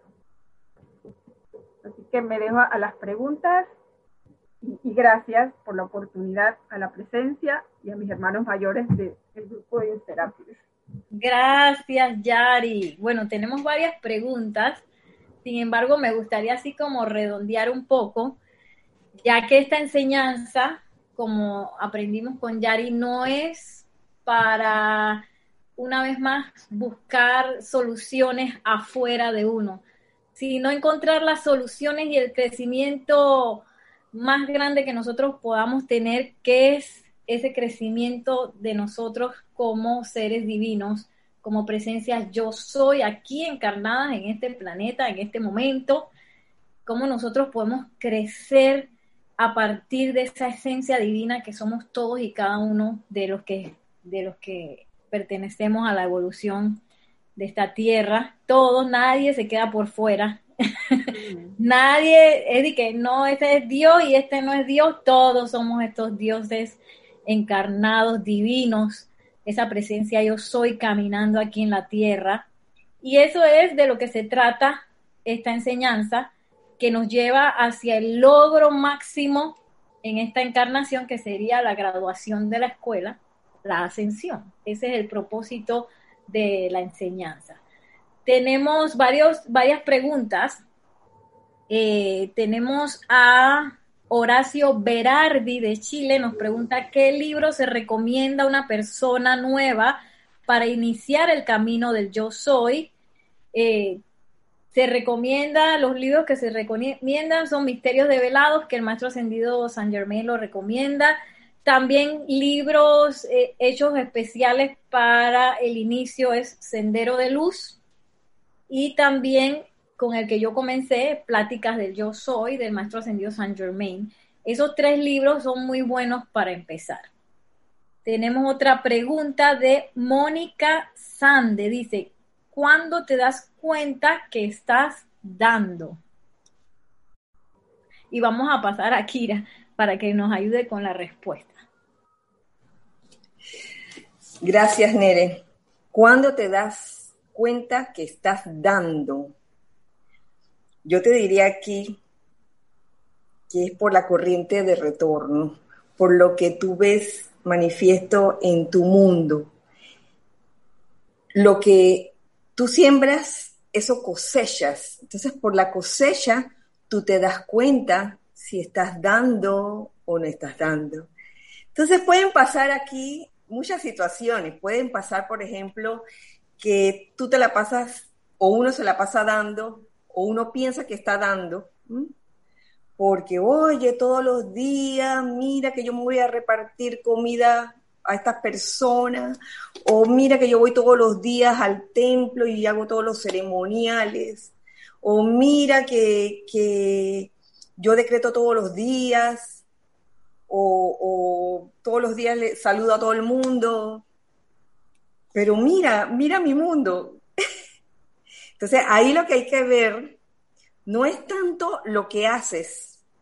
Así que me dejo a las preguntas y, y gracias por la oportunidad, a la presencia y a mis hermanos mayores de, del grupo de Serapis. Gracias, Yari. Bueno, tenemos varias preguntas, sin embargo me gustaría así como redondear un poco, ya que esta enseñanza, como aprendimos con Yari, no es para, una vez más, buscar soluciones afuera de uno, sino encontrar las soluciones y el crecimiento más grande que nosotros podamos tener, que es ese crecimiento de nosotros como seres divinos, como presencias yo soy aquí encarnadas en este planeta, en este momento, cómo nosotros podemos crecer a partir de esa esencia divina que somos todos y cada uno de los que, de los que pertenecemos a la evolución de esta tierra. Todos, nadie se queda por fuera. Mm. Nadie es de que no, este es Dios y este no es Dios. Todos somos estos dioses encarnados, divinos, esa presencia yo soy caminando aquí en la tierra. Y eso es de lo que se trata esta enseñanza, que nos lleva hacia el logro máximo en esta encarnación, que sería la graduación de la escuela, la ascensión. Ese es el propósito de la enseñanza. Tenemos varios, varias preguntas. Eh, tenemos a Horacio Berardi de Chile, nos pregunta ¿qué libro se recomienda a una persona nueva para iniciar el camino del yo soy? Eh, Se recomienda, los libros que se recomiendan son Misterios Develados, que el Maestro Ascendido Saint Germain lo recomienda. También libros eh, hechos especiales para el inicio es Sendero de Luz. Y también con el que yo comencé, Pláticas del Yo Soy, del Maestro Ascendido Saint Germain. Esos tres libros son muy buenos para empezar. Tenemos otra pregunta de Mónica Sande. Dice, ¿cuándo te das cuenta que estás dando? Y vamos a pasar a Kira para que nos ayude con la respuesta. Gracias, Nere. ¿Cuándo te das cuenta que estás dando? Yo te diría aquí que es por la corriente de retorno, por lo que tú ves manifiesto en tu mundo. Lo que tú siembras, eso cosechas. Entonces, por la cosecha, tú te das cuenta si estás dando o no estás dando. Entonces, pueden pasar aquí muchas situaciones. Pueden pasar, por ejemplo, que tú te la pasas, o uno se la pasa dando, o uno piensa que está dando, ¿m? Porque, oye, todos los días, mira que yo me voy a repartir comida a estas personas, o mira que yo voy todos los días al templo y hago todos los ceremoniales, o mira que, que yo decreto todos los días, o, o todos los días le saludo a todo el mundo, pero mira, mira mi mundo. Entonces, ahí lo que hay que ver no es tanto lo que haces,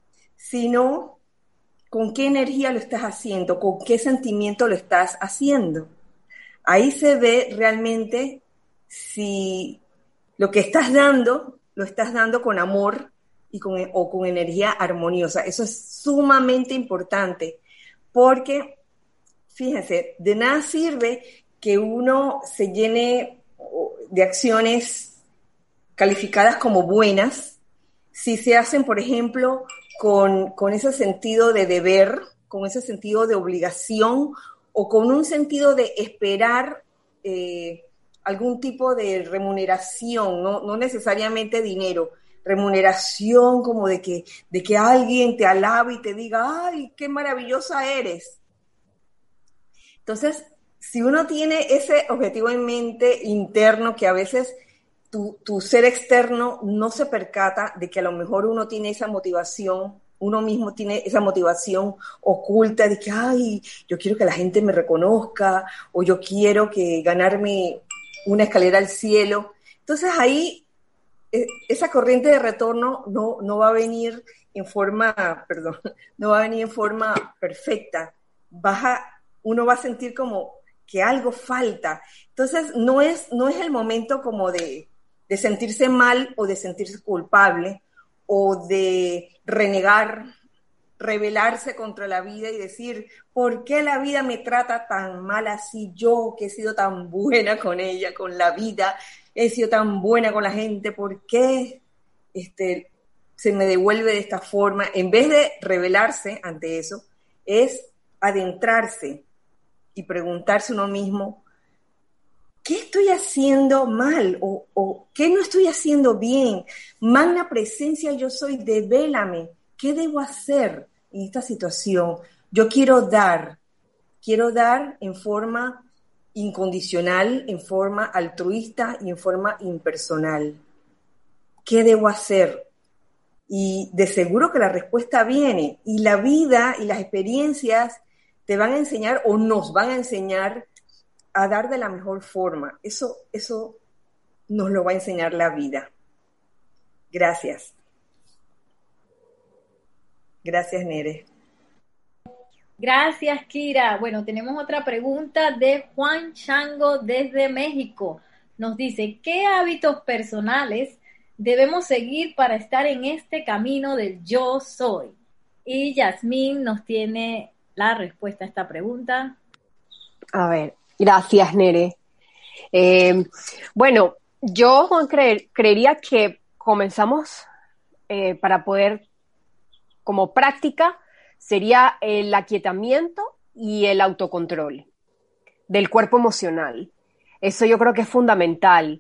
sino con qué energía lo estás haciendo, con qué sentimiento lo estás haciendo. Ahí se ve realmente si lo que estás dando, lo estás dando con amor y con, o con energía armoniosa. Eso es sumamente importante, porque, fíjense, de nada sirve que uno se llene de acciones calificadas como buenas si se hacen, por ejemplo, con, con ese sentido de deber, con ese sentido de obligación o con un sentido de esperar eh, algún tipo de remuneración, no, no necesariamente dinero, remuneración como de que, de que alguien te alabe y te diga, ¡ay, qué maravillosa eres! Entonces, si uno tiene ese objetivo en mente interno que a veces tu, tu ser externo no se percata de que a lo mejor uno tiene esa motivación, uno mismo tiene esa motivación oculta de que, ay, yo quiero que la gente me reconozca o yo quiero que ganarme una escalera al cielo. Entonces ahí esa corriente de retorno no, no va a venir en forma, perdón, no va a venir en forma perfecta. Vas a, uno va a sentir como que algo falta. Entonces no es, no es el momento como de, de sentirse mal o de sentirse culpable o de renegar, rebelarse contra la vida y decir, ¿por qué la vida me trata tan mal así? Yo que he sido tan buena con ella, con la vida, he sido tan buena con la gente, ¿por qué este, se me devuelve de esta forma? En vez de rebelarse ante eso, es adentrarse y preguntarse uno mismo, ¿qué estoy haciendo mal? O, o ¿qué no estoy haciendo bien? Magna presencia yo soy, devélame. ¿Qué debo hacer en esta situación? Yo quiero dar, quiero dar en forma incondicional, en forma altruista y en forma impersonal. ¿Qué debo hacer? Y de seguro que la respuesta viene. Y la vida y las experiencias te van a enseñar o nos van a enseñar a dar de la mejor forma. Eso, eso nos lo va a enseñar la vida. Gracias. Gracias, Nere. Gracias, Kira. Bueno, tenemos otra pregunta de Juan Chango desde México. Nos dice, ¿qué hábitos personales debemos seguir para estar en este camino del yo soy? Y Yasmín nos tiene la respuesta a esta pregunta. A ver, gracias, Nere. Eh, bueno, yo, Juan, cre- creería que comenzamos eh, para poder, como práctica, sería el aquietamiento y el autocontrol del cuerpo emocional. Eso yo creo que es fundamental.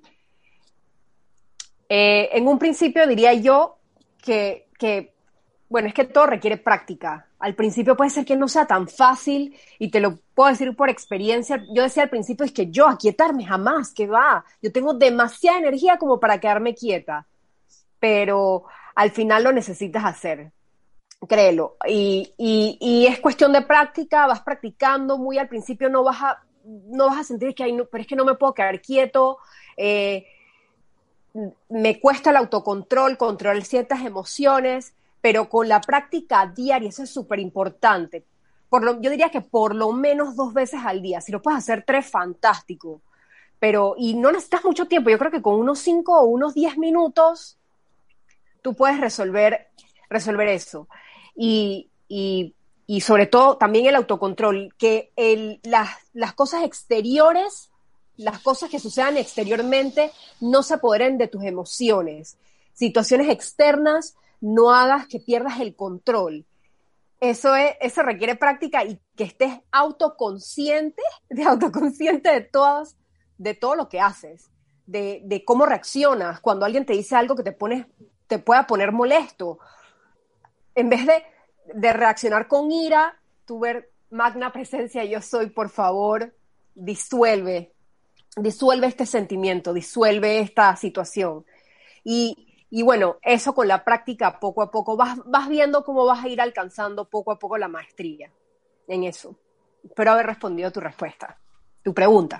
Eh, en un principio diría yo que, que, bueno, es que todo requiere práctica. Al principio puede ser que no sea tan fácil y te lo puedo decir por experiencia. Yo decía al principio es que yo aquietarme jamás, que va. Yo tengo demasiada energía como para quedarme quieta, pero al final lo necesitas hacer. Créelo, y, y, y es cuestión de práctica, vas practicando muy al principio, no vas a, no vas a sentir que, ay, no, pero es que no me puedo quedar quieto, eh, me cuesta el autocontrol, controlar ciertas emociones, pero con la práctica diaria, eso es súper importante. Por lo, yo diría que por lo menos dos veces al día, si lo puedes hacer tres, fantástico, pero, y no necesitas mucho tiempo, yo creo que con unos cinco o unos diez minutos tú puedes resolver, resolver eso. y, y, y sobre todo también el autocontrol, que el, las, las cosas exteriores, las cosas que sucedan exteriormente no se apoderen de tus emociones. Situaciones externas, no hagas que pierdas el control. Eso, es, eso requiere práctica y que estés autoconsciente, de autoconsciente de todas, de todo lo que haces, de, de cómo reaccionas cuando alguien te dice algo que te pone, te pueda poner molesto. En vez de, de reaccionar con ira, tú ver magna presencia, yo soy, por favor, disuelve, disuelve este sentimiento, disuelve esta situación. Y Y bueno, eso con la práctica poco a poco, vas, vas viendo cómo vas a ir alcanzando poco a poco la maestría en eso. Espero haber respondido tu respuesta, tu pregunta.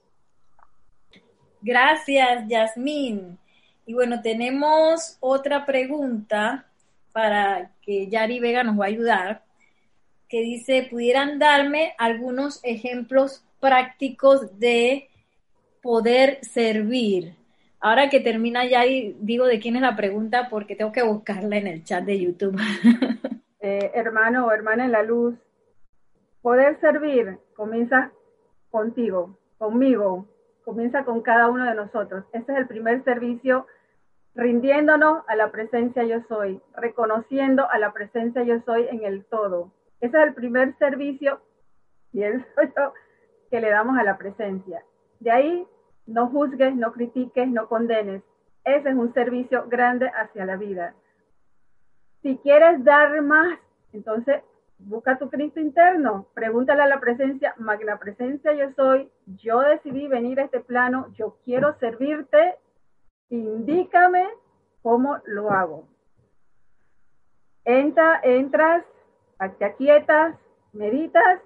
Gracias, Yasmín. Y bueno, tenemos otra pregunta para que Yari Vega nos va a ayudar, que dice, ¿pudieran darme algunos ejemplos prácticos de poder servir? Ahora que termina ya y digo de quién es la pregunta porque tengo que buscarla en el chat de YouTube. Eh, hermano o hermana en la luz, poder servir comienza contigo, conmigo, comienza con cada uno de nosotros. Ese es el primer servicio, rindiéndonos a la presencia yo soy, reconociendo a la presencia yo soy en el todo. Ese es el primer servicio, pienso yo, que le damos a la presencia. De ahí, no juzgues, no critiques, no condenes. Ese es un servicio grande hacia la vida. Si quieres dar más, entonces busca tu Cristo interno. Pregúntale a la presencia, magna presencia yo soy, yo decidí venir a este plano, yo quiero servirte, indícame cómo lo hago. Entra, entras, te aquietas, meditas,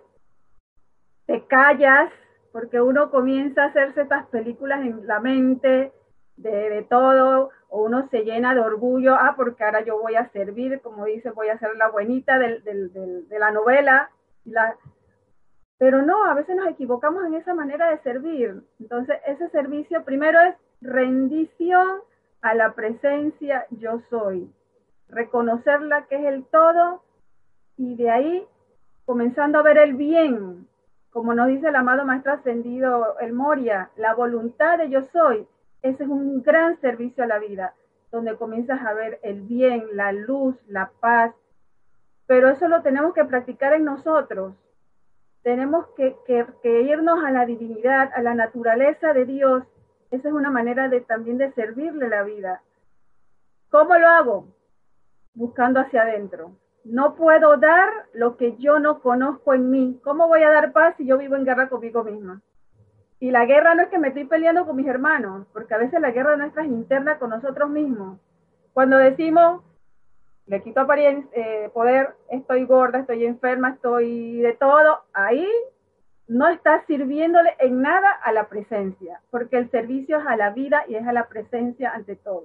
te callas, porque uno comienza a hacerse estas películas en la mente de, de todo, o uno se llena de orgullo, ah, porque ahora yo voy a servir, como dice, voy a ser la buenita del, del, del, de la novela, la... pero no, a veces nos equivocamos en esa manera de servir. Entonces, ese servicio primero es rendición a la presencia yo soy, reconocerla que es el todo, y de ahí comenzando a ver el bien, como nos dice el amado Maestro Ascendido, el Moria, la voluntad de yo soy. Ese es un gran servicio a la vida, donde comienzas a ver el bien, la luz, la paz, pero eso lo tenemos que practicar en nosotros. Tenemos que, que, que irnos a la divinidad, a la naturaleza de Dios. Esa es una manera de también de servirle la vida. ¿Cómo lo hago? Buscando hacia adentro. No puedo dar lo que yo no conozco en mí. ¿Cómo voy a dar paz si yo vivo en guerra conmigo misma? Y la guerra no es que me estoy peleando con mis hermanos, porque a veces la guerra nuestra es interna con nosotros mismos. Cuando decimos, le quito apariencia, eh, poder, estoy gorda, estoy enferma, estoy de todo, ahí no estás sirviéndole en nada a la presencia, porque el servicio es a la vida y es a la presencia ante todo.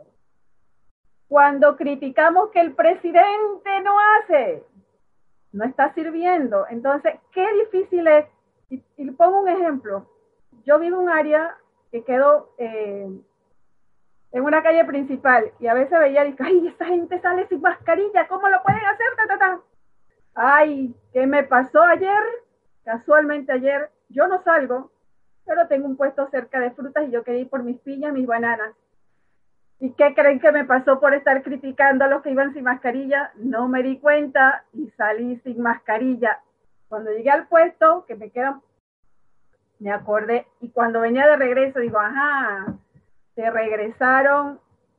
Cuando criticamos que el presidente no hace, no está sirviendo. Entonces, qué difícil es. Y, y pongo un ejemplo. Yo vivo en un área que quedó eh, en una calle principal y a veces veía y digo, ay, esa gente sale sin mascarilla, ¿cómo lo pueden hacer? Ta, ta, ta. Ay, ¿qué me pasó ayer? Casualmente ayer, yo no salgo, pero tengo un puesto cerca de frutas y yo quería ir por mis piñas, mis bananas. ¿Y qué creen que me pasó por estar criticando a los que iban sin mascarilla? No me di cuenta y salí sin mascarilla. Cuando llegué al puesto, que me quedan, me acordé, y cuando venía de regreso, digo, ajá, te regresaron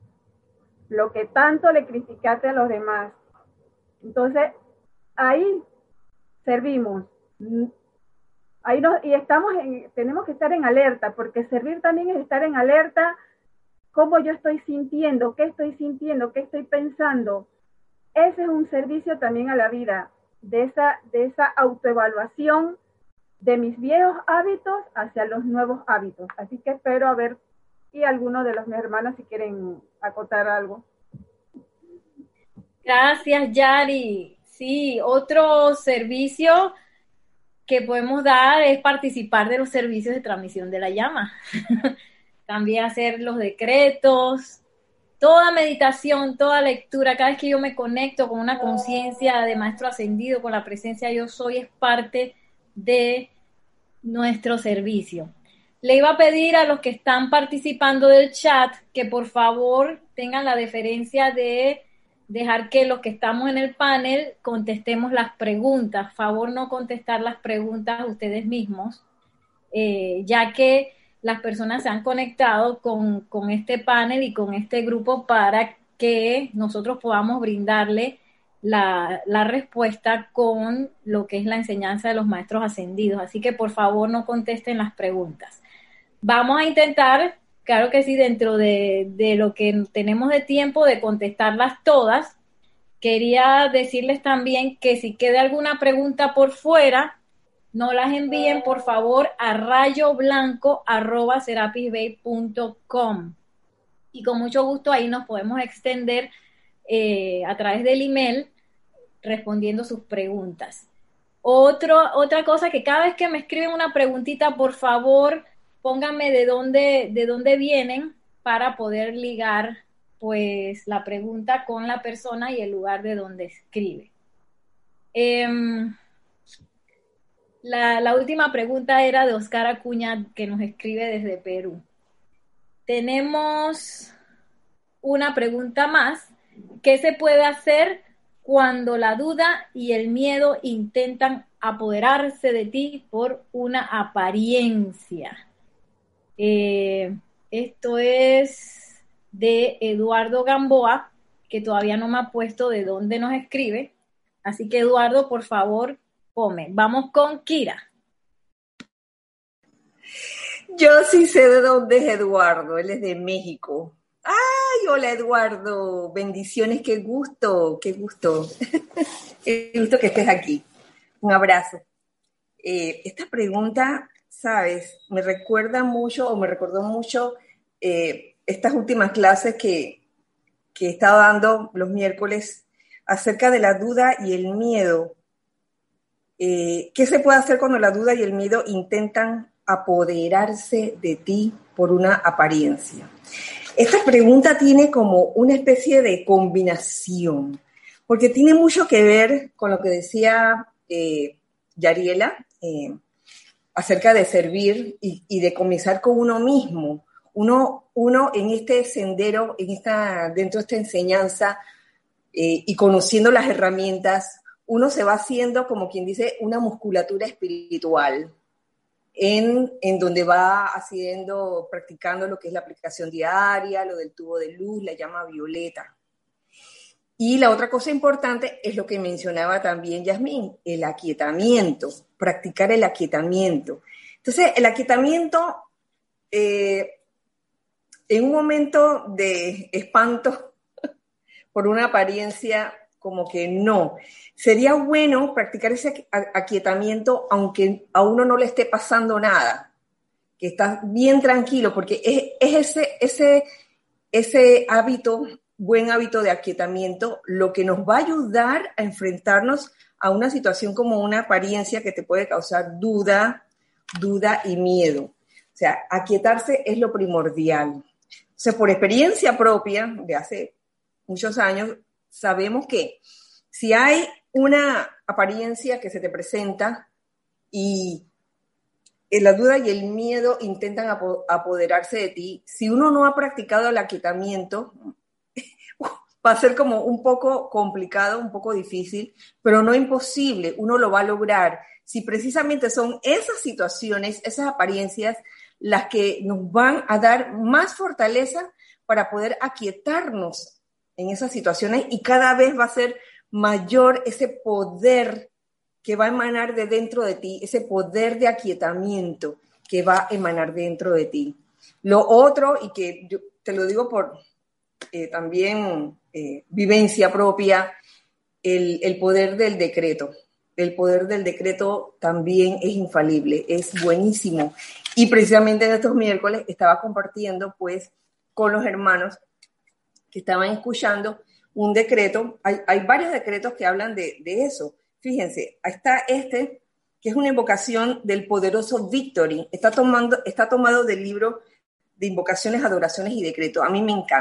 lo que tanto le criticaste a los demás. Entonces, ahí servimos. Ahí nos, y estamos en, tenemos que estar en alerta, porque servir también es estar en alerta. ¿Cómo yo estoy sintiendo? ¿Qué estoy sintiendo? ¿Qué estoy pensando? Ese es un servicio también a la vida, de esa, de esa autoevaluación de mis viejos hábitos hacia los nuevos hábitos. Así que espero a ver y algunos de los mis hermanos si quieren acotar algo. Gracias, Yari. Sí, otro servicio que podemos dar es participar de los servicios de transmisión de la llama. También hacer los decretos, toda meditación, toda lectura, cada vez que yo me conecto con una conciencia de maestro ascendido, con la presencia yo soy, es parte de nuestro servicio. Le iba a pedir a los que están participando del chat que por favor tengan la deferencia de dejar que los que estamos en el panel contestemos las preguntas. Favor no contestar las preguntas ustedes mismos, eh, ya que las personas se han conectado con, con este panel y con este grupo para que nosotros podamos brindarle la, la respuesta con lo que es la enseñanza de los maestros ascendidos. Así que por favor no contesten las preguntas. Vamos a intentar, claro que sí, dentro de, de lo que tenemos de tiempo, de contestarlas todas. Quería decirles también que si queda alguna pregunta por fuera, no las envíen, por favor, a rayoblanco arroba serapis bay punto com. Y con mucho gusto ahí nos podemos extender eh, a través del email respondiendo sus preguntas. Otro, otra cosa, que cada vez que me escriben una preguntita, por favor, pónganme de dónde, de dónde vienen para poder ligar pues la pregunta con la persona y el lugar de donde escribe. Eh, la, la última pregunta era de Oscar Acuña, que nos escribe desde Perú. Tenemos una pregunta más. ¿Qué se puede hacer cuando la duda y el miedo intentan apoderarse de ti por una apariencia? Eh, esto es de Eduardo Gamboa, que todavía no me ha puesto de dónde nos escribe. Así que, Eduardo, por favor, come. Vamos con Kira. Yo sí sé de dónde es Eduardo, él es de México. ¡Ay, hola Eduardo! Bendiciones, qué gusto, qué gusto. Qué gusto que estés aquí. Un abrazo. Eh, esta pregunta, ¿sabes? Me recuerda mucho, o me recordó mucho eh, estas últimas clases que, que he estado dando los miércoles acerca de la duda y el miedo. Eh, ¿Qué se puede hacer cuando la duda y el miedo intentan apoderarse de ti por una apariencia? Esta pregunta tiene como una especie de combinación, porque tiene mucho que ver con lo que decía eh, Yariela eh, acerca de servir y, y de comenzar con uno mismo. Uno, uno en este sendero, en esta, dentro de esta enseñanza eh, y conociendo las herramientas, uno se va haciendo, como quien dice, una musculatura espiritual. En, en donde va haciendo, practicando lo que es la aplicación diaria, lo del tubo de luz, la llama violeta. Y la otra cosa importante es lo que mencionaba también Yasmín, el aquietamiento, practicar el aquietamiento. Entonces, el aquietamiento, eh, en un momento de espanto por una apariencia, como que no. Sería bueno practicar ese aquietamiento aunque a uno no le esté pasando nada, que estás bien tranquilo, porque es, es ese, ese, ese hábito, buen hábito de aquietamiento, lo que nos va a ayudar a enfrentarnos a una situación como una apariencia que te puede causar duda, duda y miedo. O sea, aquietarse es lo primordial. O sea, por experiencia propia de hace muchos años, sabemos que si hay una apariencia que se te presenta y la duda y el miedo intentan apoderarse de ti, si uno no ha practicado el aquietamiento, va a ser como un poco complicado, un poco difícil, pero no imposible, uno lo va a lograr. Si precisamente son esas situaciones, esas apariencias, las que nos van a dar más fortaleza para poder aquietarnos en esas situaciones, y cada vez va a ser mayor ese poder que va a emanar de dentro de ti, ese poder de aquietamiento que va a emanar dentro de ti. Lo otro, y que yo te lo digo por eh, también eh, vivencia propia, el, el poder del decreto. El poder del decreto también es infalible, es buenísimo. Y precisamente en estos miércoles estaba compartiendo pues con los hermanos que estaban escuchando un decreto. Hay, hay varios decretos que hablan de, de eso. Fíjense, está este, que es una invocación del poderoso Victory. Está, tomando, está tomado del libro de invocaciones, adoraciones y decretos. A mí me encanta.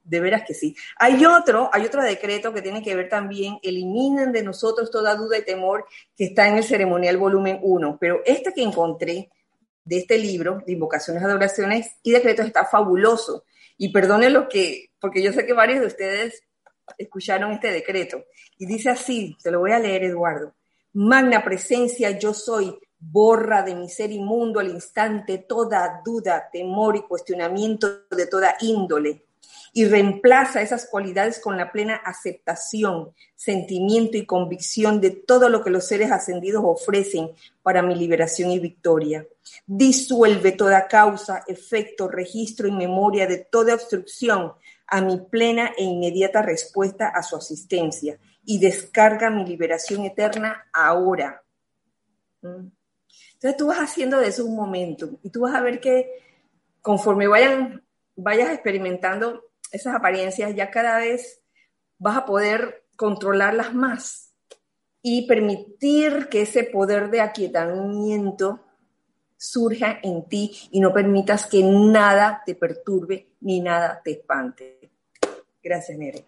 de veras que sí. Hay otro, hay otro decreto que tiene que ver también, eliminen de nosotros toda duda y temor, que está en el ceremonial volumen uno, pero este que encontré de este libro, de invocaciones, adoraciones y decretos, está fabuloso. Y perdonen lo que, porque yo sé que varios de ustedes escucharon este decreto. Y dice así, te lo voy a leer, Eduardo. Magna presencia, yo soy, borra de mi ser inmundo al instante toda duda, temor y cuestionamiento de toda índole, y reemplaza esas cualidades con la plena aceptación, sentimiento y convicción de todo lo que los seres ascendidos ofrecen para mi liberación y victoria. Disuelve toda causa, efecto, registro y memoria de toda obstrucción a mi plena e inmediata respuesta a su asistencia y descarga mi liberación eterna ahora. Entonces tú vas haciendo de eso un momento y tú vas a ver que conforme vayan, vayas experimentando esas apariencias, ya cada vez vas a poder controlarlas más y permitir que ese poder de aquietamiento surja en ti y no permitas que nada te perturbe ni nada te espante. Gracias, Nere.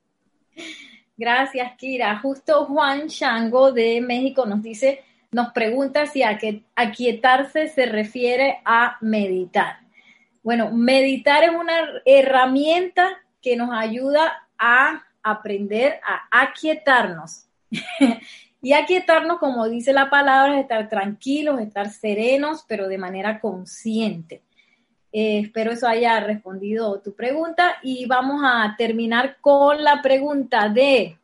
Gracias, Kira. Justo Juan Chango de México nos dice, nos pregunta si aquietarse se refiere a meditar. Bueno, meditar es una herramienta que nos ayuda a aprender a aquietarnos. Y aquietarnos, como dice la palabra, es estar tranquilos, estar serenos, pero de manera consciente. Eh, espero eso haya respondido tu pregunta. Y vamos a terminar con la pregunta de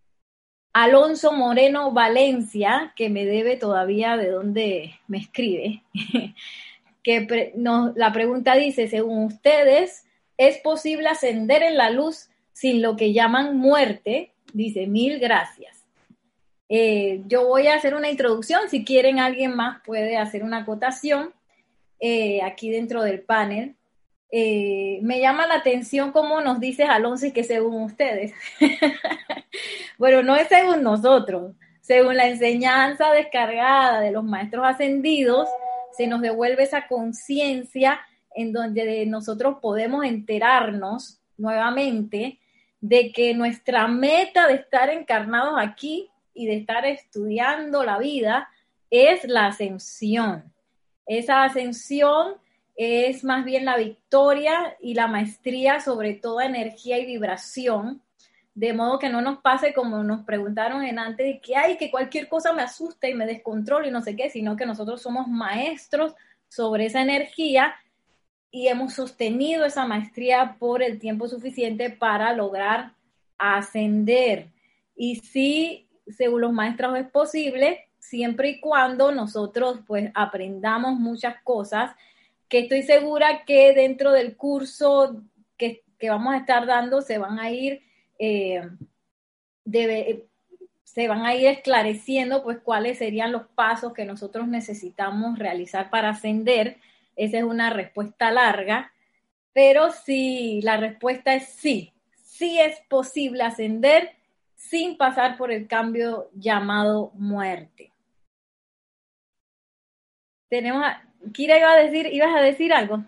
Alonso Moreno Valencia, que me debe todavía de dónde me escribe. que pre- no, la pregunta dice, según ustedes, ¿es posible ascender en la luz sin lo que llaman muerte? Dice, mil gracias. Eh, yo voy a hacer una introducción, si quieren alguien más puede hacer una acotación eh, aquí dentro del panel. Eh, me llama la atención cómo nos dice Alonso y que según ustedes. Bueno, no es según nosotros, según la enseñanza descargada de los maestros ascendidos, se nos devuelve esa conciencia en donde nosotros podemos enterarnos nuevamente de que nuestra meta de estar encarnados aquí y de estar estudiando la vida es la ascensión. Esa ascensión es más bien la victoria y la maestría sobre toda energía y vibración, de modo que no nos pase como nos preguntaron en antes, de que ay, que cualquier cosa me asusta y me descontrola y no sé qué, sino que nosotros somos maestros sobre esa energía y hemos sostenido esa maestría por el tiempo suficiente para lograr ascender. Y sí, según los maestros es posible, siempre y cuando nosotros pues aprendamos muchas cosas, que estoy segura que dentro del curso que, que vamos a estar dando se van a ir eh, debe, se van a ir esclareciendo pues cuáles serían los pasos que nosotros necesitamos realizar para ascender. Esa es una respuesta larga, pero sí, la respuesta es sí, sí es posible ascender sin pasar por el cambio llamado muerte. Tenemos a, Kira iba a decir, ¿ibas a decir algo?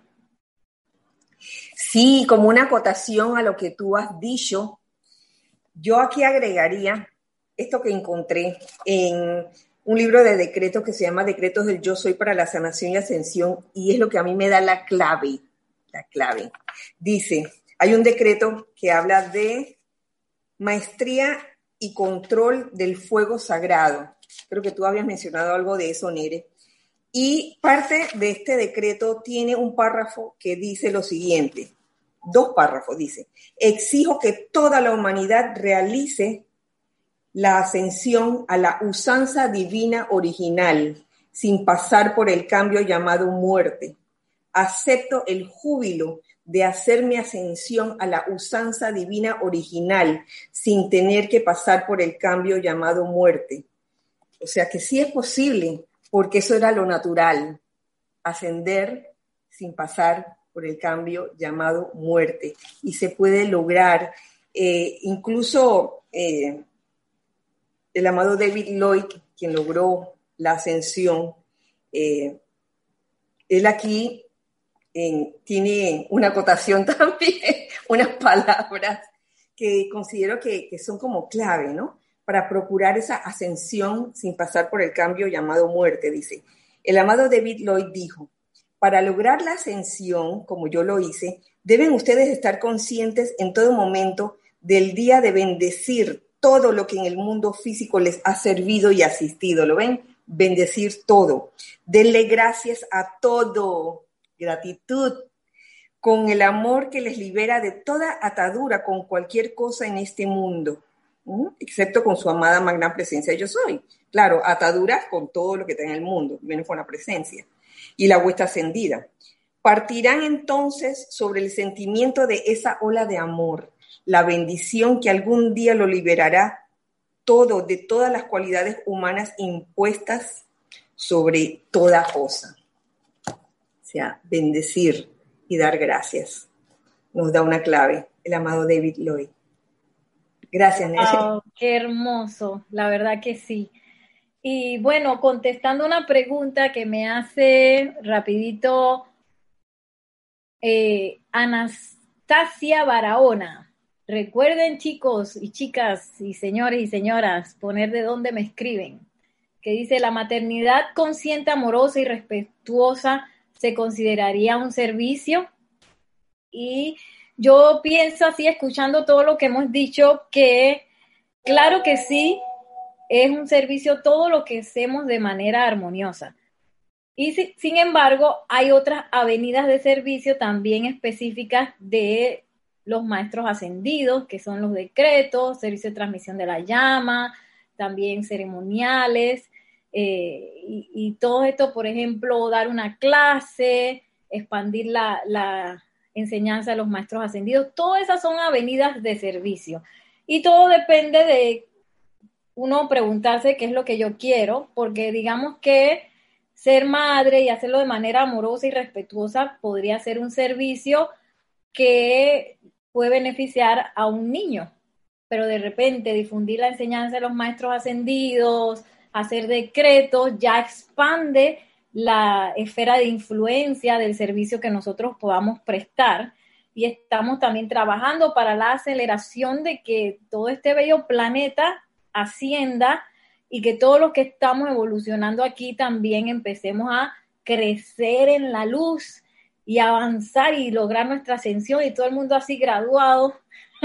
Sí, como una acotación a lo que tú has dicho, yo aquí agregaría esto que encontré en un libro de decretos que se llama Decretos del Yo Soy para la Sanación y Ascensión, y es lo que a mí me da la clave, la clave. Dice, hay un decreto que habla de maestría y control del fuego sagrado. Creo que tú habías mencionado algo de eso, Nere. Y parte de este decreto tiene un párrafo que dice lo siguiente, dos párrafos, dice, exijo que toda la humanidad realice la ascensión a la usanza divina original, sin pasar por el cambio llamado muerte. Acepto el júbilo de hacer mi ascensión a la usanza divina original, sin tener que pasar por el cambio llamado muerte. O sea que sí es posible, porque eso era lo natural, ascender sin pasar por el cambio llamado muerte. Y se puede lograr, eh, incluso eh, el amado David Lloyd, quien logró la ascensión, eh, él aquí eh, tiene una acotación también unas palabras que considero que, que son como clave, ¿no? Para procurar esa ascensión sin pasar por el cambio llamado muerte, dice. El amado David Lloyd dijo, para lograr la ascensión, como yo lo hice, deben ustedes estar conscientes en todo momento del día de bendecir todo lo que en el mundo físico les ha servido y asistido. ¿Lo ven? Bendecir todo. Denle gracias a todo. Gratitud. Con el amor que les libera de toda atadura con cualquier cosa en este mundo, ¿sí? Excepto con su amada magna presencia yo soy. Claro, ataduras con todo lo que está en el mundo, menos con la presencia. Y la vuestra ascendida. Partirán entonces sobre el sentimiento de esa ola de amor, la bendición que algún día lo liberará todo de todas las cualidades humanas impuestas sobre toda cosa. O sea, bendecir y dar gracias. Nos da una clave, el amado David Lloyd. Gracias, Nelly. Oh, qué hermoso, la verdad que sí. Y bueno, contestando una pregunta que me hace rapidito eh, Anastasia Barahona. Recuerden, chicos y chicas y señores y señoras, poner de dónde me escriben, que dice, la maternidad consciente, amorosa y respetuosa se consideraría un servicio. Y yo pienso así, escuchando todo lo que hemos dicho, que claro que sí, es un servicio todo lo que hacemos de manera armoniosa. Y si, sin embargo, hay otras avenidas de servicio también específicas de los maestros ascendidos, que son los decretos, servicio de transmisión de la llama, también ceremoniales, eh, y, y todo esto, por ejemplo, dar una clase, expandir la, la enseñanza de los maestros ascendidos, todas esas son avenidas de servicio. Y todo depende de uno preguntarse qué es lo que yo quiero, porque digamos que ser madre y hacerlo de manera amorosa y respetuosa podría ser un servicio que puede beneficiar a un niño, pero de repente difundir la enseñanza de los maestros ascendidos, hacer decretos, ya expande la esfera de influencia del servicio que nosotros podamos prestar, y estamos también trabajando para la aceleración de que todo este bello planeta ascienda y que todos los que estamos evolucionando aquí también empecemos a crecer en la luz y avanzar y lograr nuestra ascensión, y todo el mundo así graduado.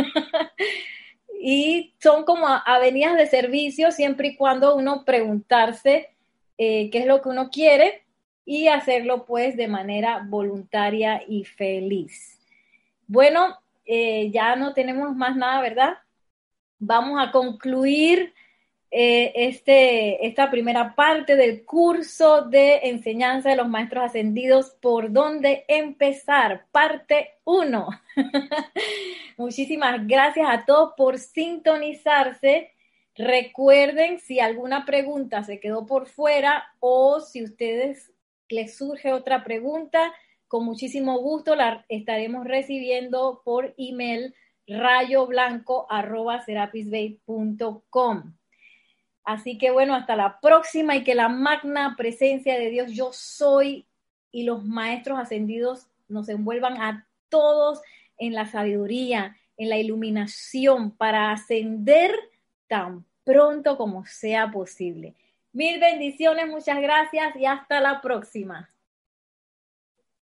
Y son como avenidas de servicio siempre y cuando uno preguntarse eh, qué es lo que uno quiere y hacerlo pues de manera voluntaria y feliz. Bueno, eh, ya no tenemos más nada, ¿verdad? Vamos a concluir eh, este, esta primera parte del curso de enseñanza de los maestros ascendidos, ¿por dónde empezar? Parte uno. Muchísimas gracias a todos por sintonizarse. Recuerden, si alguna pregunta se quedó por fuera o si a ustedes les surge otra pregunta, con muchísimo gusto la estaremos recibiendo por email rayoblanco arroba serapis bay punto com. Así que bueno, hasta la próxima, y que la magna presencia de Dios yo soy y los maestros ascendidos nos envuelvan a todos en la sabiduría, en la iluminación para ascender tan pronto como sea posible. Mil bendiciones, muchas gracias y hasta la próxima.